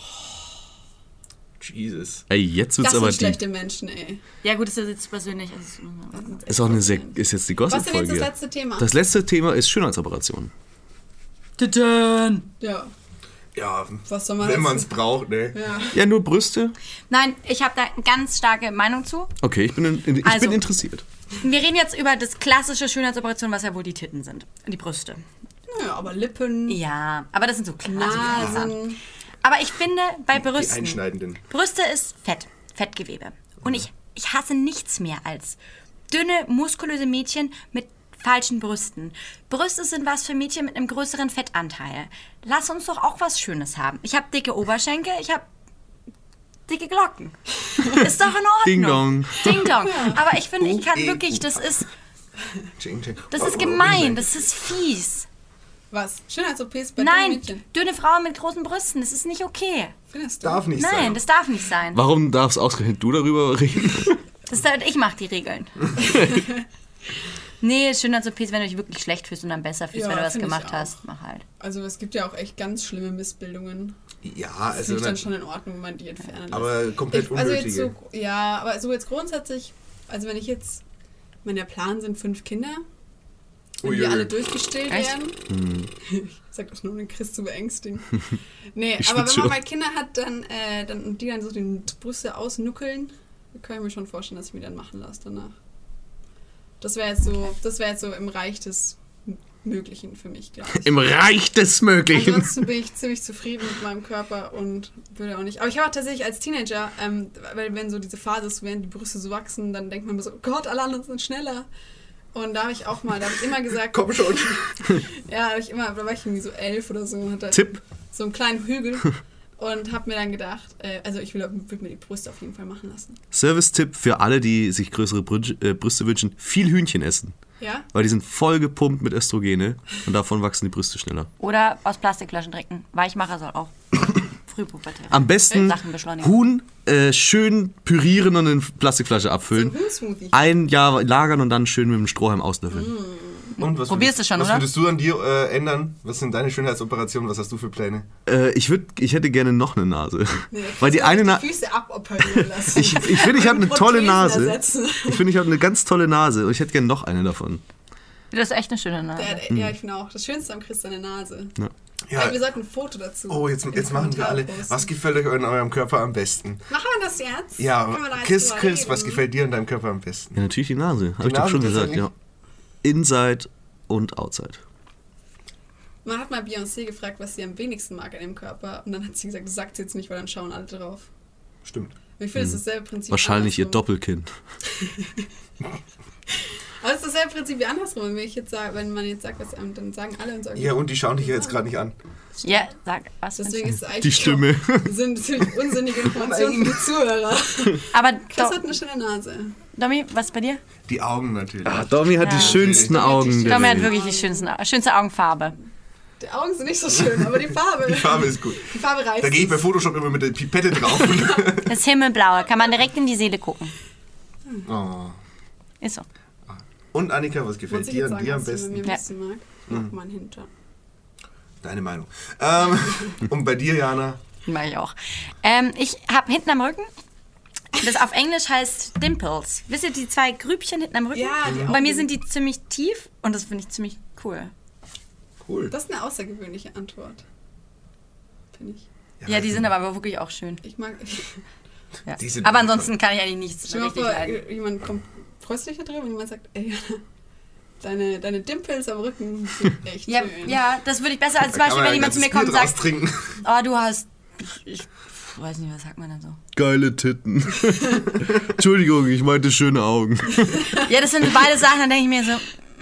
Jesus. Ey, jetzt wird's aber das sind schlechte Menschen, ey. Ja gut, das ist jetzt persönlich. Ist jetzt die Gossip-Folge. Was ist denn jetzt das letzte Thema? Das letzte Thema ist Schönheitsoperationen. Ja. Ja, was soll man wenn man es braucht, ne? Ja, nur Brüste? Nein, ich habe da eine ganz starke Meinung zu. Okay, ich bin interessiert. Wir reden jetzt über das klassische Schönheitsoperation, was ja wohl die Titten sind. Die Brüste. Ja, aber Lippen. Ja, aber das sind so klassische. Nasen. Aber ich finde, bei Brüsten... Die einschneidenden. Brüste ist Fettgewebe. Und ich hasse nichts mehr als dünne, muskulöse Mädchen mit falschen Brüsten. Brüste sind was für Mädchen mit einem größeren Fettanteil. Lass uns doch auch was Schönes haben. Ich habe dicke Oberschenkel, ich habe dicke Glocken. Ist doch in Ordnung. Ding Dong. Ding Dong. Aber ich finde, ich kann wirklich, das ist gemein, das ist fies. Was? Schönheits-OPs bei dünnen Mädchen? Nein, dünne Frauen mit großen Brüsten, das ist nicht okay. Findest du? Darf nicht sein. Nein, das darf nicht sein. Warum darfst ausgerechnet du darüber reden? Ich mache die Regeln. Nee, Schönheits-OPs, wenn du dich wirklich schlecht fühlst und dann besser fühlst, wenn du was gemacht hast, mach halt. Also es gibt ja auch echt ganz schlimme Missbildungen. Ja, das also... Das ist dann schon in Ordnung, wenn man die entfernen lässt. Aber komplett unnötige. Aber so jetzt grundsätzlich, also wenn ich jetzt... Der Plan sind 5 Kinder. wenn die alle durchgestillt werden. Ich sag das nur, um den Chris zu beängstigen. Nee, aber wenn man mal Kinder hat, dann die dann so die Brüste ausnuckeln, kann ich mir schon vorstellen, dass ich mir dann machen lasse danach. Das wäre jetzt so im Reich des Möglichen für mich, glaube ich. Im Reich des Möglichen. Ansonsten bin ich ziemlich zufrieden mit meinem Körper und würde auch nicht. Aber ich habe auch tatsächlich als Teenager, weil wenn so diese Phase ist, während die Brüste so wachsen, dann denkt man mir so, oh Gott, alle anderen sind schneller. Und da habe ich immer gesagt... Komm schon. Ja, da war ich irgendwie so 11 oder so und hatte Tipp. So einen kleinen Hügel und habe mir dann gedacht, also ich würde mir die Brüste auf jeden Fall machen lassen. Service-Tipp für alle, die sich größere Brüste wünschen, viel Hühnchen essen. Ja? Weil die sind voll gepumpt mit Östrogene und davon wachsen die Brüste schneller. Oder aus Plastikflaschen trinken. Weichmacher soll auch. Frühpubertät. Am besten Huhn schön pürieren und in Plastikflasche abfüllen. So ein Huhnsmoothie. Ein Jahr lagern und dann schön mit dem Strohhalm auslöffeln. Und was Probierst du schon, was oder? würdest du an dir ändern? Was sind deine Schönheitsoperationen? Was hast du für Pläne? Ich hätte gerne noch eine Nase. Nee, weil die eine Nase. Füße aboperieren lassen. Ich finde, ich habe eine tolle Nase. Ersetzen. Ich finde, ich habe eine ganz tolle Nase und ich hätte gerne noch eine davon. Das ist echt eine schöne Nase. Ja, ich finde auch. Das Schönste am Chris ist seine Nase. Ja. Ja. Wir sollten ein Foto dazu. Oh, jetzt machen wir alle. Was gefällt euch an eurem Körper am besten? Machen wir das jetzt? Ja, Chris, was gefällt dir an deinem Körper am besten? Ja, natürlich die Nase. Habe ich doch schon gesagt, ja. Inside und Outside. Man hat mal Beyoncé gefragt, was sie am wenigsten mag an ihrem Körper. Und dann hat sie gesagt, das sagt sie jetzt nicht, weil dann schauen alle drauf. Stimmt. Und ich finde, es ist dasselbe Prinzip. Wahrscheinlich ihr andersrum. Doppelkinn. Aber es ist dasselbe Prinzip wie andersrum. Wenn man jetzt sagt, was, dann sagen alle und sagen... Ja, und die schauen dich ja jetzt gerade nicht an. Ja, sag was. Deswegen ist es eigentlich Die Stimme. sind ziemlich unsinnige Informationen für die Zuhörer. Aber Chris hat eine schöne Nase. Domi, was ist bei dir? Die Augen natürlich. Domi hat die schönsten Augen. Domi hat wirklich die schönste Augenfarbe. Die Augen sind nicht so schön, aber die Farbe... Die Farbe ist gut. Die Farbe reißt. Da gehe ich bei Photoshop immer mit der Pipette drauf. Das Himmelblaue, kann man direkt in die Seele gucken. Oh. Ist so. Und Annika, was gefällt dir an dir am besten? Wenn mir was mag, mag man hinter. Deine Meinung. Und bei dir, Jana? Mag ich auch. Ich habe hinten am Rücken, das auf Englisch heißt Dimples. Wisst ihr, die 2 Grübchen hinten am Rücken? Ja, die und bei mir sind die ziemlich tief und das finde ich ziemlich cool. Cool. Das ist eine außergewöhnliche Antwort. Finde ich. Ja, die sind aber wirklich auch schön. Ich mag... Ja. Die sind Aber ansonsten kann ich eigentlich nichts Stell dir richtig vor, leiden. jemand kommt, freust du dich da drüber und jemand sagt, ey, deine Dimples am Rücken sind echt schön. Ja, das würde ich besser als zum Beispiel, wenn jemand zu mir kommt und sagt, oh, du hast, ich weiß nicht, was sagt man dann so? Geile Titten. Entschuldigung, ich meinte schöne Augen. Ja, das sind beide Sachen, dann denke ich mir so,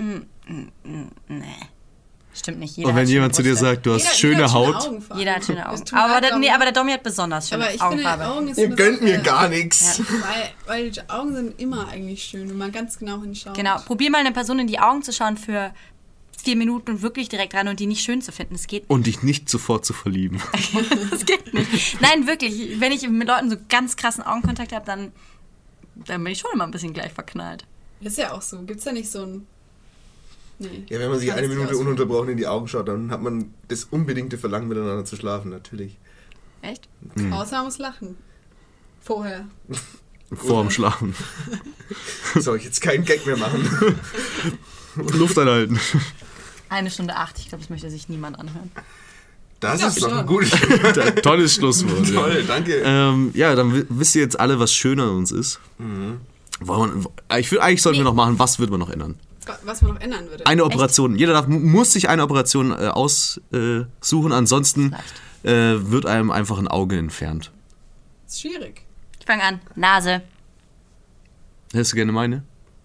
nee. Stimmt nicht. Und wenn jemand zu dir sagt, du hast schöne Haut. Jeder hat schöne Augen. Aber der Domi hat besonders schöne Augenfarbe. Aber ich finde, Augen ist Ihr gönnt mir gar nichts. Ja. Weil die Augen sind immer eigentlich schön, wenn man ganz genau hinschaut. Genau. Probier mal eine Person in die Augen zu schauen für 4 Minuten und wirklich direkt ran und die nicht schön zu finden. Das geht nicht. Und dich nicht sofort zu verlieben. Das geht nicht. Nein, wirklich. Wenn ich mit Leuten so ganz krassen Augenkontakt habe, dann bin ich schon immer ein bisschen gleich verknallt. Das ist ja auch so. Gibt's da nicht so ein... Nee. Ja, wenn man sich eine Minute ununterbrochen in die Augen schaut, dann hat man das unbedingte Verlangen, miteinander zu schlafen, natürlich. Echt? Außer man muss lachen. Vorher. Vor dem Schlafen. Soll ich jetzt keinen Gag mehr machen? Luft anhalten. 1 Stunde 8. Ich glaube, das möchte sich niemand anhören. Das Ja, ist doch schon. ein gutes Tolles Schlusswort. Toll, danke. Ja, dann wisst ihr jetzt alle, was schön an uns ist. Ich finde, eigentlich sollten wir noch machen, was würde man noch ändern? Was man noch ändern würde. Eine Operation. Jeder muss sich eine Operation aussuchen, ansonsten wird einem einfach ein Auge entfernt. Das ist schwierig. Ich fange an. Nase. Hättest du gerne meine?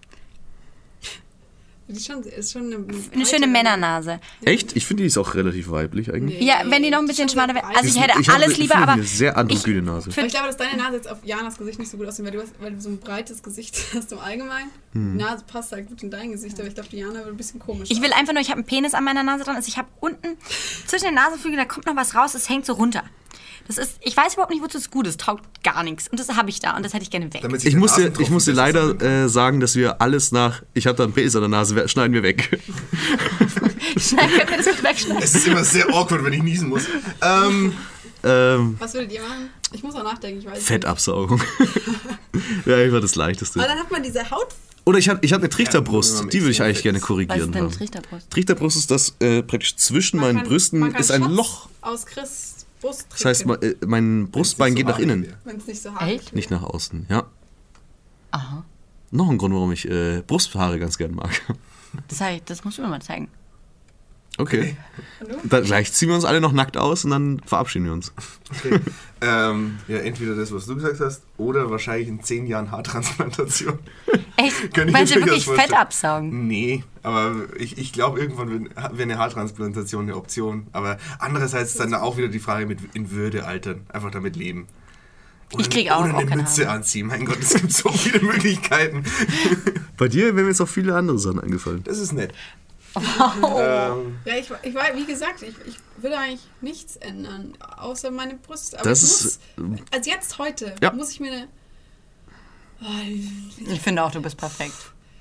Die ist schon Eine schöne Männernase. Echt? Ich finde, die ist auch relativ weiblich eigentlich. Ja, wenn die noch ein bisschen schmaler wäre. Also ich hätte Ich habe alles lieber, aber eine sehr androgyne Nase. Aber ich glaube, dass deine Nase jetzt auf Janas Gesicht nicht so gut aussieht, weil du so ein breites Gesicht hast im Allgemeinen. Die Nase passt halt gut in dein Gesicht, aber ich glaube, die Jana wird ein bisschen komisch. ich will einfach nur, ich habe einen Penis an meiner Nase dran. Also ich habe unten zwischen den Nasenflügeln, da kommt noch was raus, es hängt so runter. Das ist, ich weiß überhaupt nicht, wozu es gut ist. Taugt gar nichts. Und das habe ich da und das hätte ich gerne weg. Damit sich Ich der muss dir Nasentropfen leider sagen, dass wir alles nach, ich habe da einen Penis an der Nase, schneiden wir weg. Könnt ihr das bitte wegschneiden? Es ist immer sehr awkward, wenn ich niesen muss. Was würdet ihr machen? Ich muss auch nachdenken, ich weiß Fettabsaugung. Ja, ich war das Leichteste. Aber dann hat man diese Oder ich hab eine Trichterbrust, die würde ich eigentlich gerne korrigieren. Was ist denn eine Trichterbrust? Trichterbrust ist das praktisch zwischen meinen Brüsten ist ein Loch. Aus Chris Brust das heißt, mein Brustbein geht nach innen. Wenn es nicht so hart ist. Nicht nach außen, ja. Aha. Noch ein Grund, warum ich Brusthaare ganz gerne mag. Das musst du mir mal zeigen. Okay. Dann gleich ziehen wir uns alle noch nackt aus und dann verabschieden wir uns. Okay. Ja, entweder das, was du gesagt hast, oder wahrscheinlich in 10 Jahren Haartransplantation. Echt? Meinst du wirklich Fett absaugen? Nee, aber ich glaube, irgendwann wäre eine Haartransplantation eine Option. Aber andererseits dann auch wieder die Frage mit in Würde altern. Einfach damit leben. Oder, ich krieg auch oder eine keine Mütze Haare. anziehen. Mein Gott, es gibt so viele Möglichkeiten. Bei dir wären mir jetzt auch viele andere Sachen eingefallen. Das ist nett. Wow. Ja, ich war, wie gesagt, ich will eigentlich nichts ändern, außer meine Brust. Aber Das also jetzt heute, Ja. muss ich mir eine... Ich finde auch, du bist perfekt.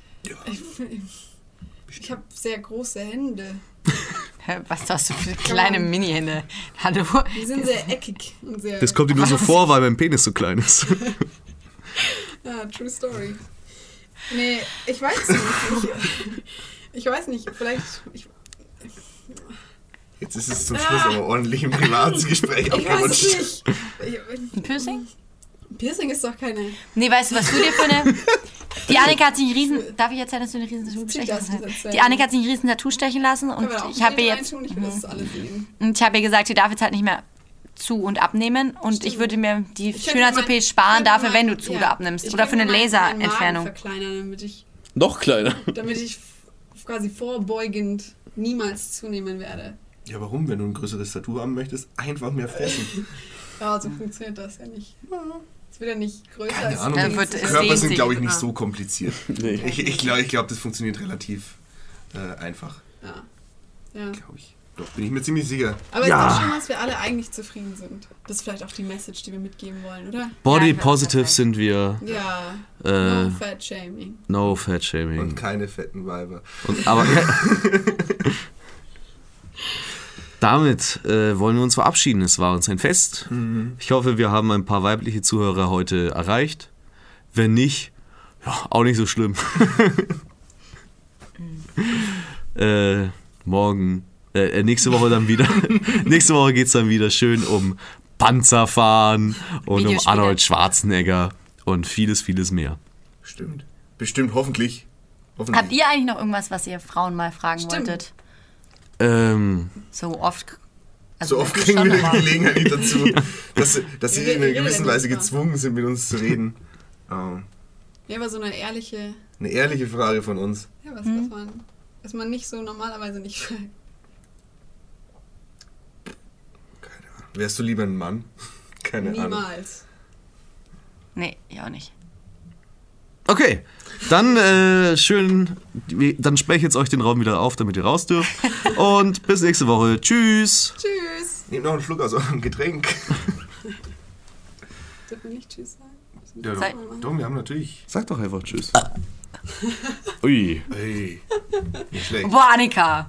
Ich habe sehr große Hände. Hä, was hast du für kleine Mini-Hände? Hallo? Die sind sehr eckig und sehr... Das kommt dir nur so vor, weil mein Penis so klein ist. Ja, true story. Nee, ich weiß nicht. Ich weiß nicht, vielleicht... Jetzt ist es zum Schluss aber ordentlich im Privatgespräch Ich weiß abgerutscht. es nicht. Ein Piercing? Piercing ist doch keine... Nee, weißt du, was du dir für eine... Die Annika hat sich ein riesen... Darf ich erzählen, dass du eine riesen Tattoo stechen Das lassen ist hast? Die Annika hat sich ein riesen Tattoo stechen lassen und ich habe ihr jetzt... Ich will das alle sehen. Und ich habe ihr gesagt, sie darf jetzt halt nicht mehr zu- und abnehmen und ich würde mir die Schönheits-OP sparen dafür, wenn du zu- oder abnimmst. Oder für eine Laserentfernung. Verkleinern, Noch kleiner. damit ich quasi vorbeugend niemals zunehmen werde. Ja, warum? Wenn du ein größeres Tattoo haben möchtest, einfach mehr fressen. Ja, so funktioniert das ja nicht. Es wird ja nicht größer Keine als Ahnung, Dann wird es Körper sind, sehen glaube ich, sie. nicht so kompliziert. Nee. Ich glaube, das funktioniert relativ einfach. Ja. Ja. Glaube ich. Doch, bin ich mir ziemlich sicher. Aber Ja. es ist doch schon, dass wir alle eigentlich zufrieden sind. Das ist vielleicht auch die Message, die wir mitgeben wollen, oder? Body Ja, positive perfekt. sind wir. Ja. Äh, No fat shaming. No fat shaming. Und keine fetten Weiber. Aber damit wollen wir uns verabschieden. Es war uns ein Fest. Ich hoffe, wir haben ein paar weibliche Zuhörer heute erreicht. Wenn nicht, ja, auch nicht so schlimm. Nächste Woche dann wieder. Nächste Woche geht es dann wieder schön um Panzerfahren und um Videospiele. Arnold Schwarzenegger und vieles, vieles mehr. Bestimmt, hoffentlich. Habt ihr eigentlich noch irgendwas, was ihr Frauen mal fragen Stimmt. wolltet? So oft... So oft das kriegen schon wir die mal. Gelegenheit nicht dazu, dass sie Wir in einer reden gewissen nicht Weise mal. gezwungen sind, mit uns zu reden. Ja, aber so eine ehrliche... Eine ehrliche Frage von uns. Ja, was man nicht so normalerweise nicht fragt. Wärst du lieber ein Mann? Keine Ahnung. Niemals. Nee, ich auch nicht. Okay, dann dann spreche ich jetzt euch den Raum wieder auf, damit ihr raus dürft. Und bis nächste Woche. Tschüss. Tschüss. Nehmt noch einen Schluck aus eurem Getränk. Dürfen wir nicht Tschüss sagen? Ja, Sei- doch, wir haben natürlich... Sag doch einfach Tschüss. Ui. Hey, nicht schlecht. Boah, Annika!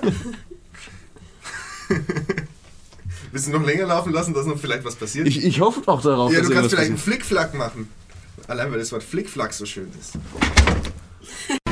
Willst du noch länger laufen lassen, dass noch vielleicht was passiert? Ich hoffe auch darauf, Ja, dass du kannst irgendwas vielleicht einen passiert. Flickflack machen. Allein weil das Wort Flickflack so schön ist.